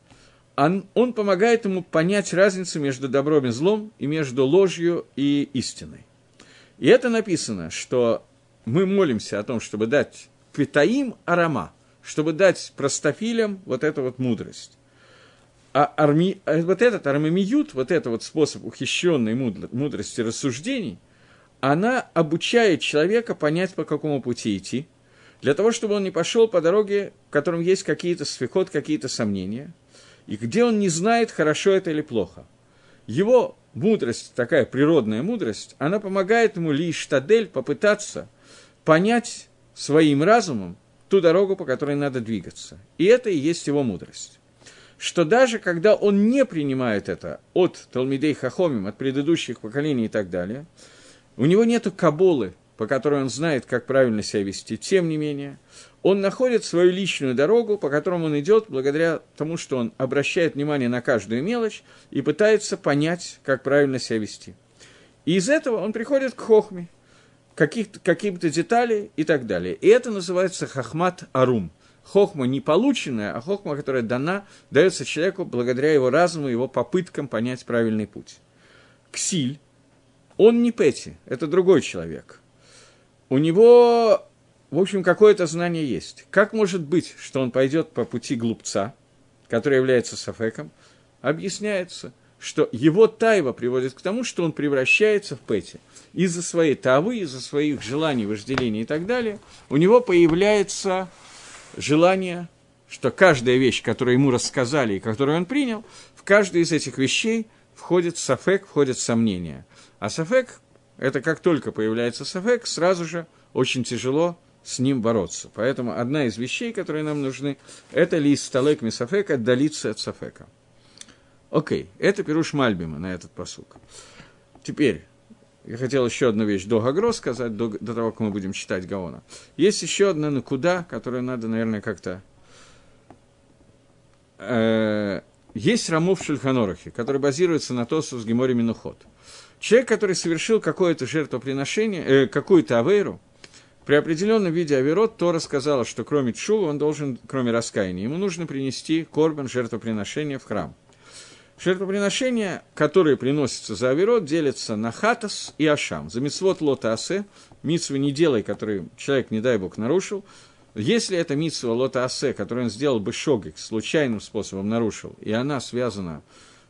[SPEAKER 1] он помогает ему понять разницу между добром и злом, и между ложью и истиной. И это написано, что мы молимся о том, чтобы дать питаим арама, чтобы дать простофилям вот эту вот мудрость. А вот этот армамиют, вот этот вот способ ухищренной мудрости рассуждений, она обучает человека понять, по какому пути идти, для того, чтобы он не пошел по дороге, в котором есть какие-то свихот, какие-то сомнения, и где он не знает, хорошо это или плохо. Его мудрость, такая природная мудрость, она помогает ему лиштадель попытаться понять своим разумом ту дорогу, по которой надо двигаться. И это и есть его мудрость. Что даже когда он не принимает это от Талмидей Хахомим, от предыдущих поколений и так далее, у него нет каболы, по которой он знает, как правильно себя вести. Тем не менее, он находит свою личную дорогу, по которой он идет, благодаря тому, что он обращает внимание на каждую мелочь и пытается понять, как правильно себя вести. И из этого он приходит к хохме, каким-то деталям и так далее. И это называется хахмат арум. Хохма не полученная, а хохма, которая дается человеку благодаря его разуму, его попыткам понять правильный путь. Ксиль, он не пэти, это другой человек. У него, в общем, какое-то знание есть. Как может быть, что он пойдет по пути глупца, который является сафеком? Объясняется, что его тайва приводит к тому, что он превращается в пэти. Из-за своей тавы, из-за своих желаний, вожделений и так далее, у него появляется желание, что каждая вещь, которую ему рассказали и которую он принял, в каждую из этих вещей входит сафек, входит сомнение. А сафек, это как только появляется сафек, сразу же очень тяжело с ним бороться. Поэтому одна из вещей, которые нам нужны, это листалек мисафек, отдалиться от сафека. Окей, это пируш Мальбима на этот пасук. Теперь, я хотел еще одну вещь до Гагро сказать, до того, как мы будем читать Гаона. Есть еще одна накуда, которую надо, наверное, как-то... Есть Рамов Шульханорахи, который базируется на Тосус Геморе Минухот. Человек, который совершил какое-то жертвоприношение, какую-то авейру, при определенном виде авейрот, Тора сказала, что кроме тшува он должен, кроме раскаяния, ему нужно принести корбан, жертвоприношение в храм. Жертвоприношения, которые приносятся за авейрот, делятся на хатас и ашам. За мицвот лота асе, мицвы не делай, которые человек, не дай бог, нарушил. Если это мицва лота асе, которую он сделал бы шогик, случайным способом нарушил, и она связана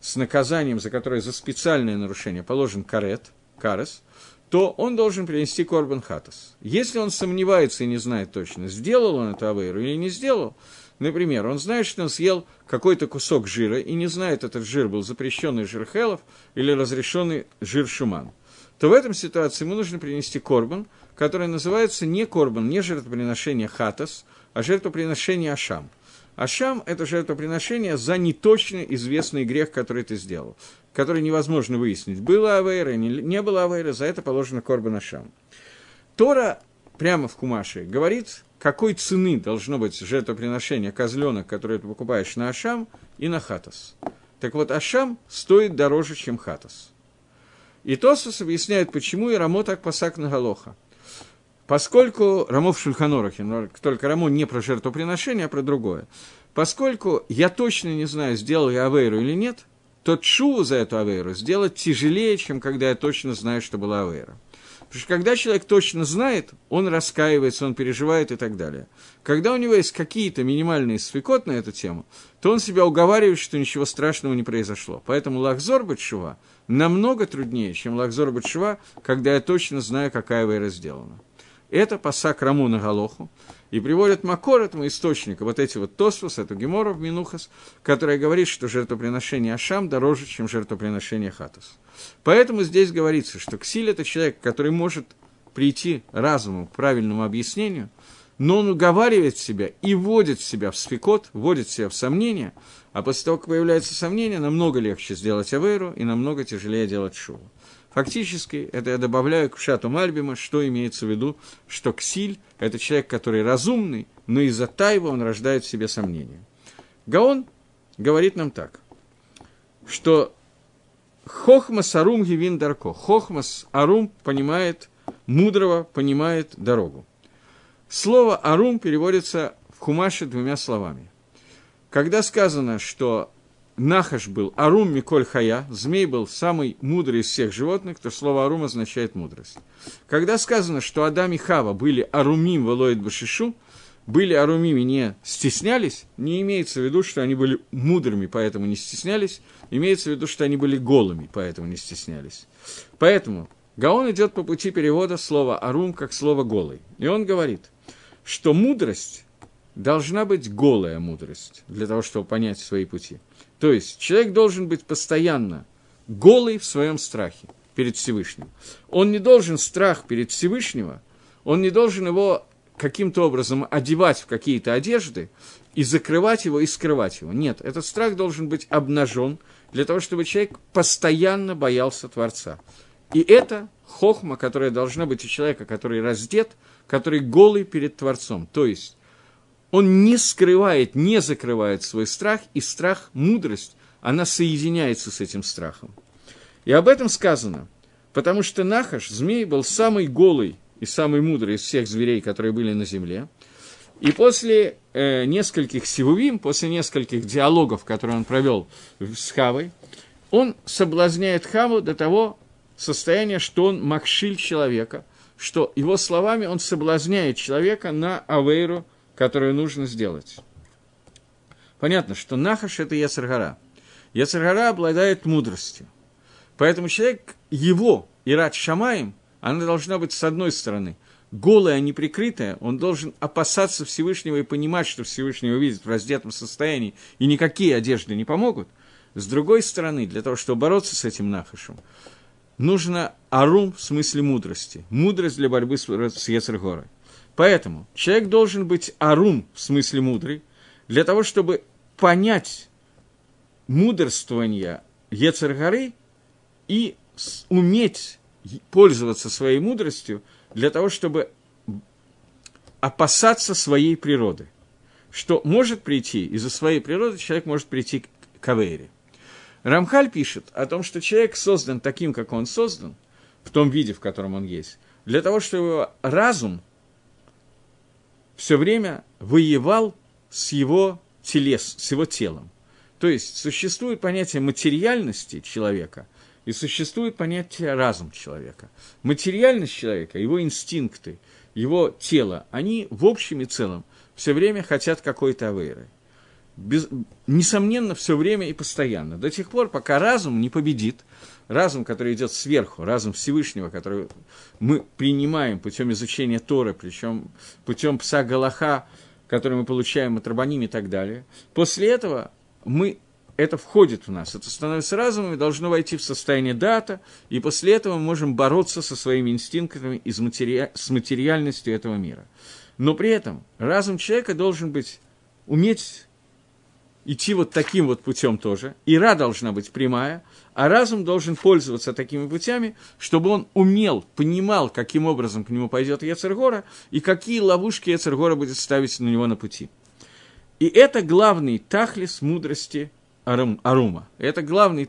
[SPEAKER 1] с наказанием, за которое за специальное нарушение положен карес, то он должен принести корбан хатас. Если он сомневается и не знает точно, сделал он эту авейру или не сделал, например, он знает, что он съел какой-то кусок жира и не знает, этот жир был запрещенный жир хелов или разрешенный жир шуман, то в этом ситуации ему нужно принести корбан, который называется не корбан, не жертвоприношение хатас, а жертвоприношение ашам. Ашам – это жертвоприношение за неточно известный грех, который ты сделал, который невозможно выяснить, было авейра, не было авейра, за это положено корбан ашам. Тора прямо в Хумаше говорит, какой цены должно быть жертвоприношение козленок, которое ты покупаешь на ашам и на хатас. Так вот, ашам стоит дороже, чем хатас. И Тосфос объясняет, почему и Рамо так пасак на галоха. Поскольку, Рамо в Шульхан-Орухе, но только Рамо не про жертвоприношение, а про другое. Поскольку я точно не знаю, сделал я авейру или нет, то тшуву за эту авейру сделать тяжелее, чем когда я точно знаю, что была авейра. Потому что когда человек точно знает, он раскаивается, он переживает и так далее. Когда у него есть какие-то минимальные сфикот на эту тему, то он себя уговаривает, что ничего страшного не произошло. Поэтому лахзор бет-шува намного труднее, чем лахзор бет-шува, когда я точно знаю, какая авейра сделана. Это пасак Раму на галоху, и приводит Макор этому источнику, вот эти вот Тосфос, эту Гемору в Минухас, которая говорит, что жертвоприношение Ашам дороже, чем жертвоприношение Хатас. Поэтому здесь говорится, что Ксиль – это человек, который может прийти разумом к правильному объяснению, но он уговаривает себя и вводит себя в сфикот, вводит себя в сомнения, а после того, как появляется сомнение, намного легче сделать авейру и намного тяжелее делать шуву. Фактически, это я добавляю к Пшату Мальбима, что имеется в виду, что Ксиль – это человек, который разумный, но из-за тайва он рождает в себе сомнения. Гаон говорит нам так, что Хохмас Арум Гивин Дарко. Хохмас Арум понимает мудрого, понимает дорогу. Слово Арум переводится в Хумаше двумя словами. Когда сказано, что Нахаш был Арум Миколь Хая, змей был самый мудрый из всех животных, то слово Арум означает мудрость. Когда сказано, что Адам и Хава были Арумим Велоид Башишу, были Арумим и не стеснялись, не имеется в виду, что они были мудрыми, поэтому не стеснялись, имеется в виду, что они были голыми, поэтому не стеснялись. Поэтому Гаон идет по пути перевода слова Арум как слово голый. И он говорит, что мудрость должна быть голая мудрость, для того, чтобы понять свои пути. То есть человек должен быть постоянно голый в своем страхе перед Всевышним. Он не должен страх перед Всевышнего, он не должен его каким-то образом одевать в какие-то одежды и закрывать его, и скрывать его. Нет, этот страх должен быть обнажен для того, чтобы человек постоянно боялся Творца. И это хохма, которая должна быть у человека, который раздет, который голый перед Творцом. То есть он не скрывает, не закрывает свой страх, и страх, мудрость, она соединяется с этим страхом. И об этом сказано, потому что Нахаш, змей, был самый голый и самый мудрый из всех зверей, которые были на земле. И после нескольких сивувим, после нескольких диалогов, которые он провел с Хавой, он соблазняет Хаву до того состояния, что он макшиль человека, что его словами он соблазняет человека на авейру, которую нужно сделать. Понятно, что Нахаш – это Йецер гара. Йецер гара обладает мудростью. Поэтому человек, его ират шамаим, она должна быть с одной стороны голая, неприкрытая, он должен опасаться Всевышнего и понимать, что Всевышний его видит в раздетом состоянии, и никакие одежды не помогут. С другой стороны, для того, чтобы бороться с этим Нахашем, нужно арум в смысле мудрости, мудрость для борьбы с Йецер гарой. Поэтому человек должен быть арум, в смысле мудрый, для того, чтобы понять мудрствование Йецер гары и уметь пользоваться своей мудростью для того, чтобы опасаться своей природы. Что может прийти, из-за своей природы человек может прийти к авейре. Рамхаль пишет о том, что человек создан таким, как он создан, в том виде, в котором он есть, для того, чтобы его разум все время воевал с его телом. То есть существует понятие материальности человека и существует понятие разум человека. Материальность человека, его инстинкты, его тело, они в общем и целом все время хотят какой-то авейры. несомненно, все время и постоянно, до тех пор, пока разум не победит, разум, который идет сверху, разум Всевышнего, который мы принимаем путем изучения Торы, причем путем пса Галаха, который мы получаем от Рабаним и так далее. После этого это входит в нас, это становится разумом и должно войти в состояние дата, и после этого мы можем бороться со своими инстинктами с материальностью этого мира. Но при этом разум человека должен уметь идти вот таким вот путем тоже, ира должна быть прямая, а разум должен пользоваться такими путями, чтобы он понимал, каким образом к нему пойдет Йецер Гора, и какие ловушки Йецер Гора будет ставить на него на пути. И это главный тахлис мудрости Арума. Это главная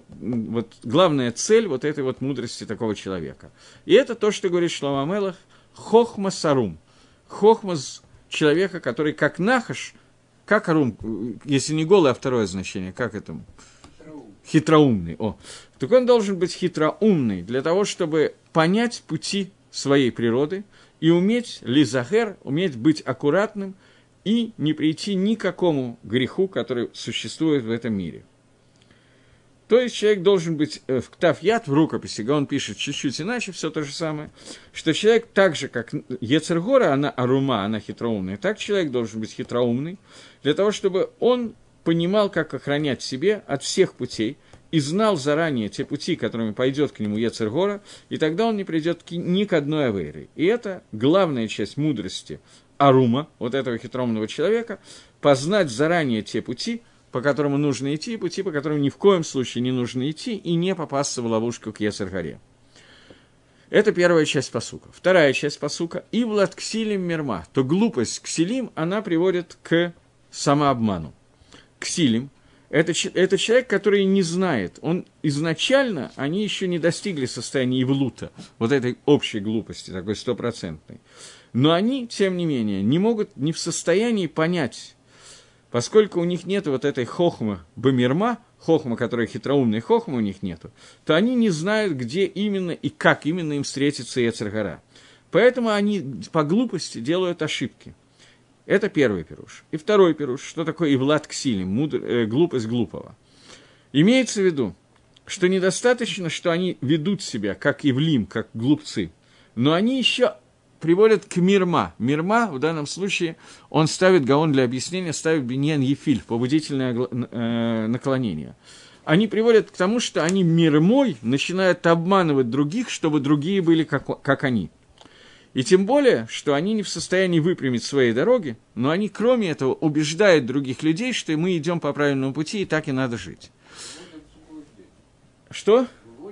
[SPEAKER 1] цель вот этой вот мудрости такого человека. И это то, что говорит Шломо ха-Мелех, хохма сарум. Хохма человека, который как нахаш, как арум, если не голый, а второе значение, как это? Хитроумный. Так он должен быть хитроумный для того, чтобы понять пути своей природы и уметь лизахер, уметь быть аккуратным, и не прийти ни к какому греху, который существует в этом мире. То есть человек должен быть в ктав-яд, в рукописи, он пишет чуть-чуть иначе, все то же самое, что человек так же, как Йецер Гора, она арума, она хитроумная, так человек должен быть хитроумный, для того, чтобы он понимал, как охранять себе от всех путей, и знал заранее те пути, которыми пойдет к нему Йецер Гора, и тогда он не придет ни к одной авейре. И это главная часть мудрости Арума, вот этого хитроумного человека, познать заранее те пути, по которым нужно идти, и пути, по которым ни в коем случае не нужно идти, и не попасться в ловушку к Йецер-Горе. Это первая часть пасука. Вторая часть пасука. «Ивлад ксилим мирма». То глупость ксилим, она приводит к самообману. Ксилим – это человек, который не знает. Он изначально, они еще не достигли состояния ивлута, вот этой общей глупости, такой стопроцентной. Но они, тем не менее, не в состоянии понять, поскольку у них нет вот этой хохмы бамирма, хохма, которая хитроумной хохмы у них нету, то они не знают, где именно и как именно им встретится Йецер Гора. Поэтому они по глупости делают ошибки. Это первый пируш. И второй пируш, что такое ивлад ксилим, глупость глупого. Имеется в виду, что недостаточно, что они ведут себя как ивлим, как глупцы, но они еще приводят к мирма. Мирма, в данном случае, он ставит, гаон для объяснения, ставит биньян ефиль, побудительное наклонение. Они приводят к тому, что они мирмой начинают обманывать других, чтобы другие были как они. И тем более, что они не в состоянии выпрямить свои дороги, но они, кроме этого, убеждают других людей, что мы идем по правильному пути, и так и надо жить. Что?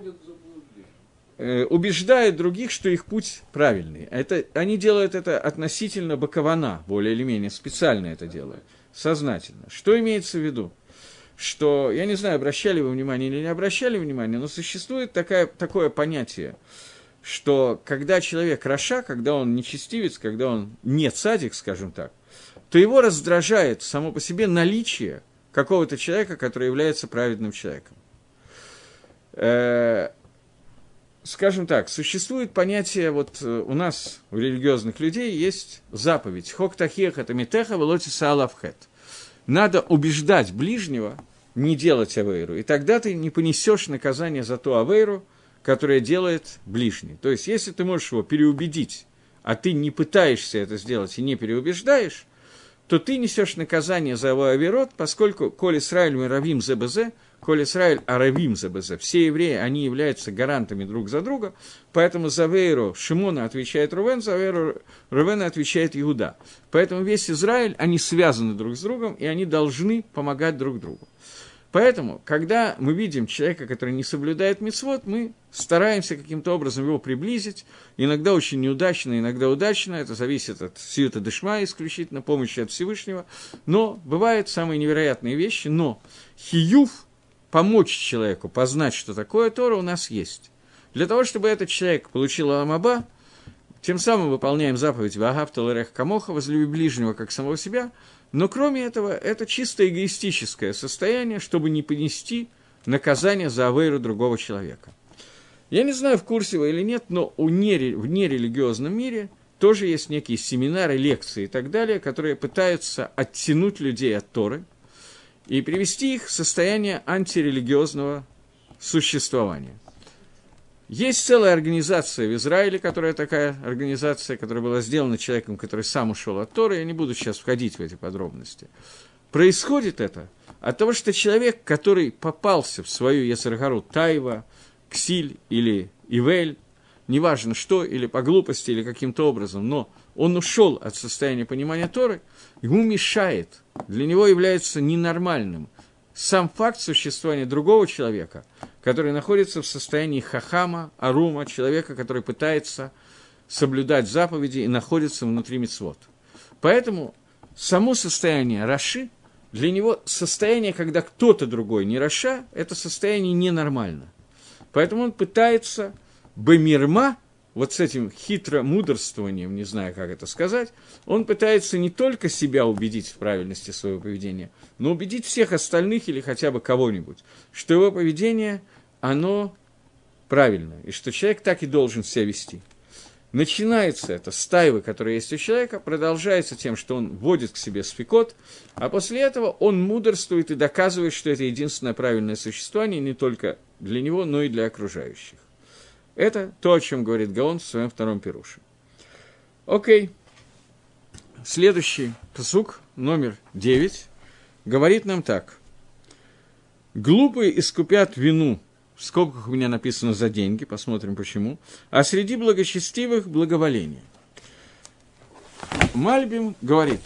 [SPEAKER 1] Убеждают других, что их путь правильный. Они делают это относительно бакавана, более или менее, специально это делают, сознательно. Что имеется в виду? Что, я не знаю, обращали вы внимание или не обращали внимания, но существует такое понятие, что когда человек раша, когда он нечестивец, когда он не цадик, скажем так, то его раздражает само по себе наличие какого-то человека, который является праведным человеком. Скажем так, существует понятие, вот у нас, у религиозных людей, есть заповедь «Хок тахех это митеха велотиса алавхет». Надо убеждать ближнего не делать авейру, и тогда ты не понесешь наказание за ту авейру, которое делает ближний. То есть, если ты можешь его переубедить, а ты не пытаешься это сделать и не переубеждаешь, то ты несешь наказание за его авейрот, поскольку «Коль Исраэль миравим ЗБЗ», «Коль Исраэль аравим ЗБЗ», все евреи, они являются гарантами друг за друга, поэтому за авейру Шимона отвечает Рувен, за авейру Рувена отвечает Иуда. Поэтому весь Израиль, они связаны друг с другом, и они должны помогать друг другу. Поэтому, когда мы видим человека, который не соблюдает мицвот, мы стараемся каким-то образом его приблизить, иногда очень неудачно, иногда удачно, это зависит от сиюта дешма, исключительно помощи от Всевышнего, но бывают самые невероятные вещи, но хиюв, помочь человеку познать, что такое Тора, у нас есть. Для того, чтобы этот человек получил аламаба, тем самым выполняем заповедь «Ваагавта ларех камоха», возлюби ближнего, как самого себя. Но кроме этого, это чисто эгоистическое состояние, чтобы не понести наказание за авейру другого человека. Я не знаю, в курсе вы или нет, но в нерелигиозном мире тоже есть некие семинары, лекции и так далее, которые пытаются оттянуть людей от Торы, и привести их в состояние антирелигиозного существования. Есть целая организация в Израиле, которая такая организация, которая была сделана человеком, который сам ушел от Торы. Я не буду сейчас входить в эти подробности. Происходит это от того, что человек, который попался в свою Йецер Гару Тайва, Ксиль или Ивель, неважно что, или по глупости, или каким-то образом, но он ушел от состояния понимания Торы, ему мешает, для него является ненормальным сам факт существования другого человека, который находится в состоянии хахама, арума, человека, который пытается соблюдать заповеди и находится внутри мицвот. Поэтому само состояние раши, для него состояние, когда кто-то другой не раша, это состояние ненормально. Поэтому он пытается бемирма, вот с этим хитромудрствованием, не знаю, как это сказать, он пытается не только себя убедить в правильности своего поведения, но убедить всех остальных или хотя бы кого-нибудь, что его поведение, оно правильное, и что человек так и должен себя вести. Начинается это с тайвы, которая есть у человека, продолжается тем, что он вводит к себе спикот, а после этого он мудрствует и доказывает, что это единственное правильное существование не только для него, но и для окружающих. Это то, о чем говорит Гаон в своем втором пируше. Окей. Следующий пасук, номер 9, говорит нам так. «Глупые искупят вину», в скобках у меня написано «за деньги», посмотрим почему, «а среди благочестивых благоволение». Мальбим говорит,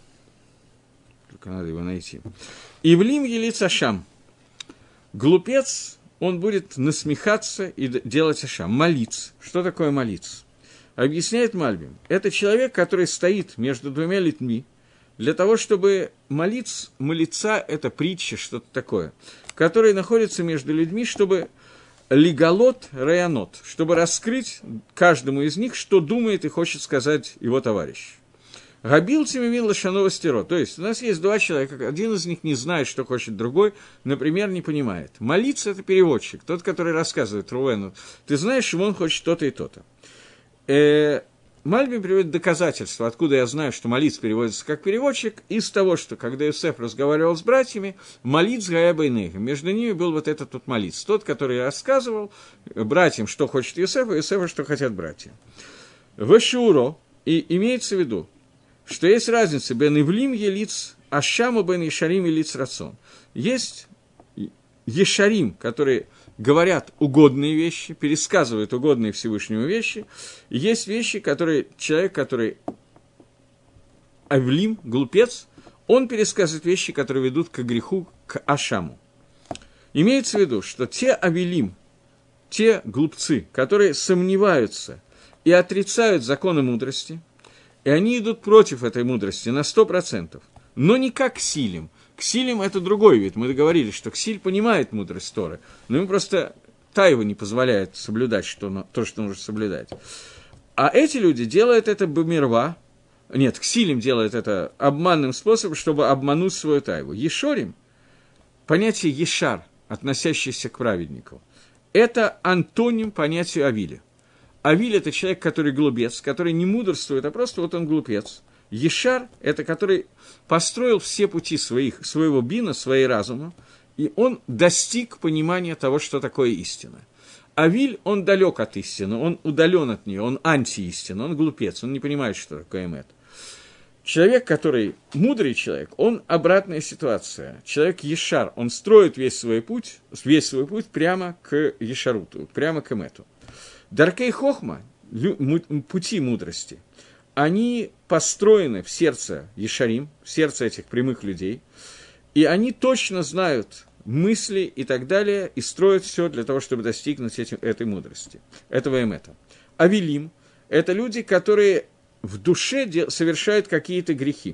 [SPEAKER 1] только надо его найти, «Ивлим елиц ашам», глупец, он будет насмехаться и делать ашам, молиться. Что такое молиться? Объясняет Мальбим. Это человек, который стоит между двумя людьми, для того, чтобы молиться, это притча, что-то такое, который находится между людьми, чтобы лигалот раянот, чтобы раскрыть каждому из них, что думает и хочет сказать его товарищ. Габил тимимин лашанова стеро. То есть у нас есть два человека, один из них не знает, что хочет другой, например, не понимает. Молиться – это переводчик, тот, который рассказывает Рувену. Ты знаешь, что он хочет то-то и то-то. Мальбим приводит доказательства, откуда я знаю, что молиться переводится как переводчик, из того, что когда Иосиф разговаривал с братьями, молитс гая бейнейхем. Между ними был вот этот вот молитс, тот, который рассказывал братьям, что хочет Иосиф, и Иосифа, что хотят братья. Вешуро, и имеется в виду, что есть разница бен ивлим елиц ашаму бен ешарим елиц рацон. Есть ешарим, которые говорят угодные вещи, пересказывают угодные Всевышнему вещи, и есть вещи, которые человек, который авлим, глупец, он пересказывает вещи, которые ведут к греху, к ашаму. Имеется в виду, что те авилим, те глупцы, которые сомневаются и отрицают законы мудрости, и они идут против этой мудрости на 100%, но не как ксилим. Ксилим – это другой вид. Мы договорились, что ксиль понимает мудрость Торы, но ему просто тайва не позволяет соблюдать то, что нужно соблюдать. А эти люди делают это бемирва. Нет, ксилим делает это обманным способом, чтобы обмануть свою тайву. Ешорим, понятие ешар, относящееся к праведнику, это антоним понятию авиля. Авиль – это человек, который глупец, который не мудрствует, а просто вот он глупец. Ешар – это который построил все пути своего бина, своего разума, и он достиг понимания того, что такое истина. Авиль, он далек от истины, он удален от нее, он антиистина, он глупец, он не понимает, что такое эмет. Человек, который мудрый человек, он обратная ситуация. Человек ешар, он строит весь свой путь прямо к ешаруту, прямо к эмету. Даркей хохма, пути мудрости, они построены в сердце ешарим, в сердце этих прямых людей, и они точно знают мысли и так далее, и строят все для того, чтобы достигнуть этой мудрости, этого эмета. Авилим – это люди, которые в душе совершают какие-то грехи,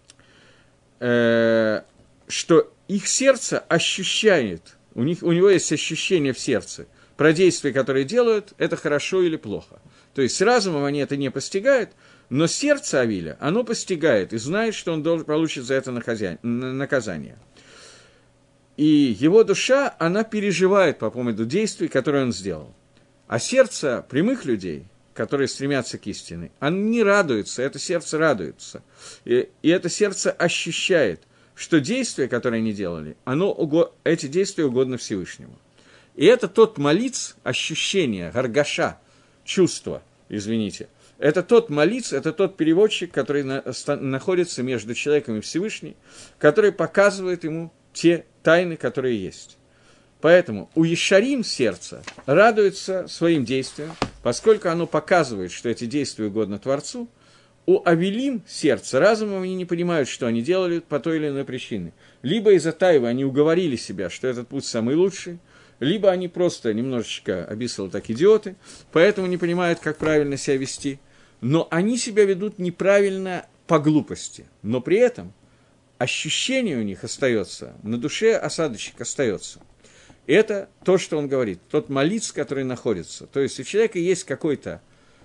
[SPEAKER 1] что их сердце ощущает, у него есть ощущение в сердце, про действия, которые делают, это хорошо или плохо. То есть с разумом они это не постигают, но сердце Авиля, оно постигает и знает, что он получит за это наказание. И его душа, она переживает по поводу действий, которые он сделал. А сердце прямых людей, которые стремятся к истине, оно не радуется, это сердце радуется. И это сердце ощущает, что действия, которые они делали, эти действия угодны Всевышнему. И это тот малиц, ощущение, гаргаша, чувство, извините. Это тот малиц, это тот переводчик, который находится между человеком и Всевышним, который показывает ему те тайны, которые есть. Поэтому у Ешарим сердце радуется своим действиям, поскольку оно показывает, что эти действия угодны Творцу. У Авелим сердце разумом они не понимают, что они делали по той или иной причине. Либо из-за тайвы они уговорили себя, что этот путь самый лучший, либо они просто немножечко обисалы так идиоты, поэтому не понимают, как правильно себя вести. Но они себя ведут неправильно по глупости. Но при этом ощущение у них остается, на душе осадочек остается. Это то, что он говорит, тот малиц, который находится. То есть у человека есть какая-то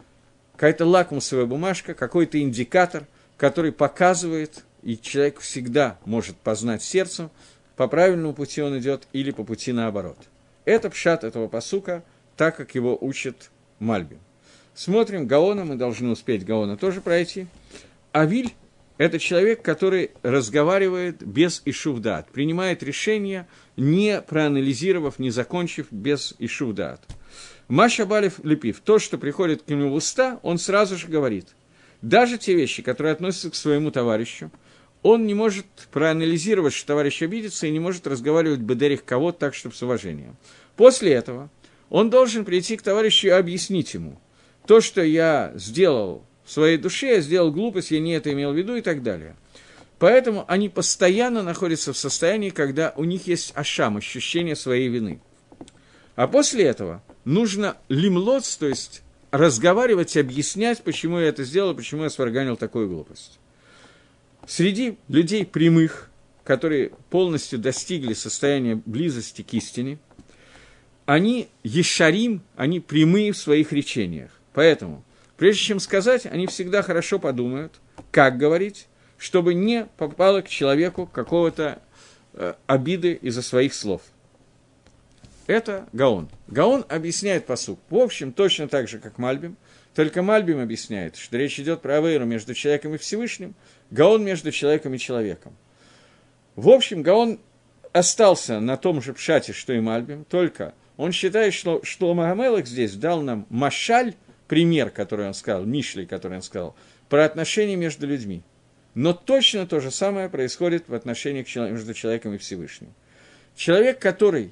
[SPEAKER 1] лакмусовая бумажка, какой-то индикатор, который показывает, и человек всегда может познать сердцем, по правильному пути он идет или по пути наоборот. Это пшат этого пасука, так как его учит Мальбим. Смотрим Гаона, мы должны успеть Гаона тоже пройти. Авиль – это человек, который разговаривает без ишувдат, принимает решения, не проанализировав, не закончив, без ишувдат. Маша Балев Лепив, то, что приходит к нему в уста, он сразу же говорит. Даже те вещи, которые относятся к своему товарищу, он не может проанализировать, что товарищ обидится, и не может разговаривать бедерих кого-то так, чтобы с уважением. После этого он должен прийти к товарищу и объяснить ему. То, что я сделал в своей душе, я сделал глупость, я не это имел в виду и так далее. Поэтому они постоянно находятся в состоянии, когда у них есть ашам, ощущение своей вины. А после этого нужно лимлоц, то есть разговаривать, объяснять, почему я это сделал, почему я сварганил такую глупость. Среди людей прямых, которые полностью достигли состояния близости к истине, они ешарим, они прямые в своих речениях. Поэтому, прежде чем сказать, они всегда хорошо подумают, как говорить, чтобы не попало к человеку какого-то обиды из-за своих слов. Это Гаон. Гаон объясняет пасук. В общем, точно так же, как Мальбим. Только Мальбим объясняет, что речь идет про авейру между человеком и Всевышним, Гаон между человеком и человеком. В общем, Гаон остался на том же пшате, что и Мальбим, только он считает, что Шломо га-Мелех здесь дал нам машаль, пример, который он сказал, мишли, который он сказал, про отношения между людьми. Но точно то же самое происходит в отношениях между человеком и Всевышним. Человек, который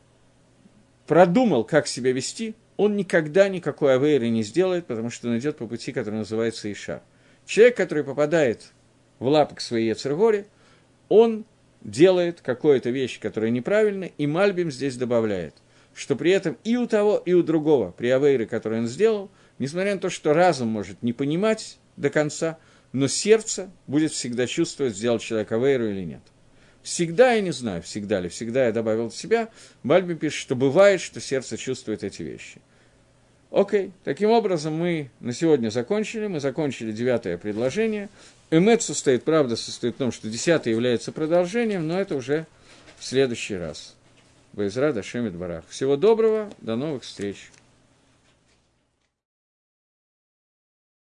[SPEAKER 1] продумал, как себя вести, он никогда никакой авейры не сделает, потому что он идет по пути, который называется Ишар. Человек, который попадает в лапы к своей Ецер-Горе, он делает какую-то вещь, которая неправильная, и Мальбим здесь добавляет, что при этом и у того, и у другого, при авейре, который он сделал, несмотря на то, что разум может не понимать до конца, но сердце будет всегда чувствовать, сделал человек авейру или нет. Всегда, я не знаю, всегда ли, всегда я добавил от себя, Мальбим пишет, что бывает, что сердце чувствует эти вещи. Окей, таким образом мы на сегодня закончили, мы закончили 9-е предложение. Эмет правда состоит в том, что 10-е является продолжением, но это уже в следующий раз. Баэзрат Ашем Идбарах. Всего доброго, до новых встреч.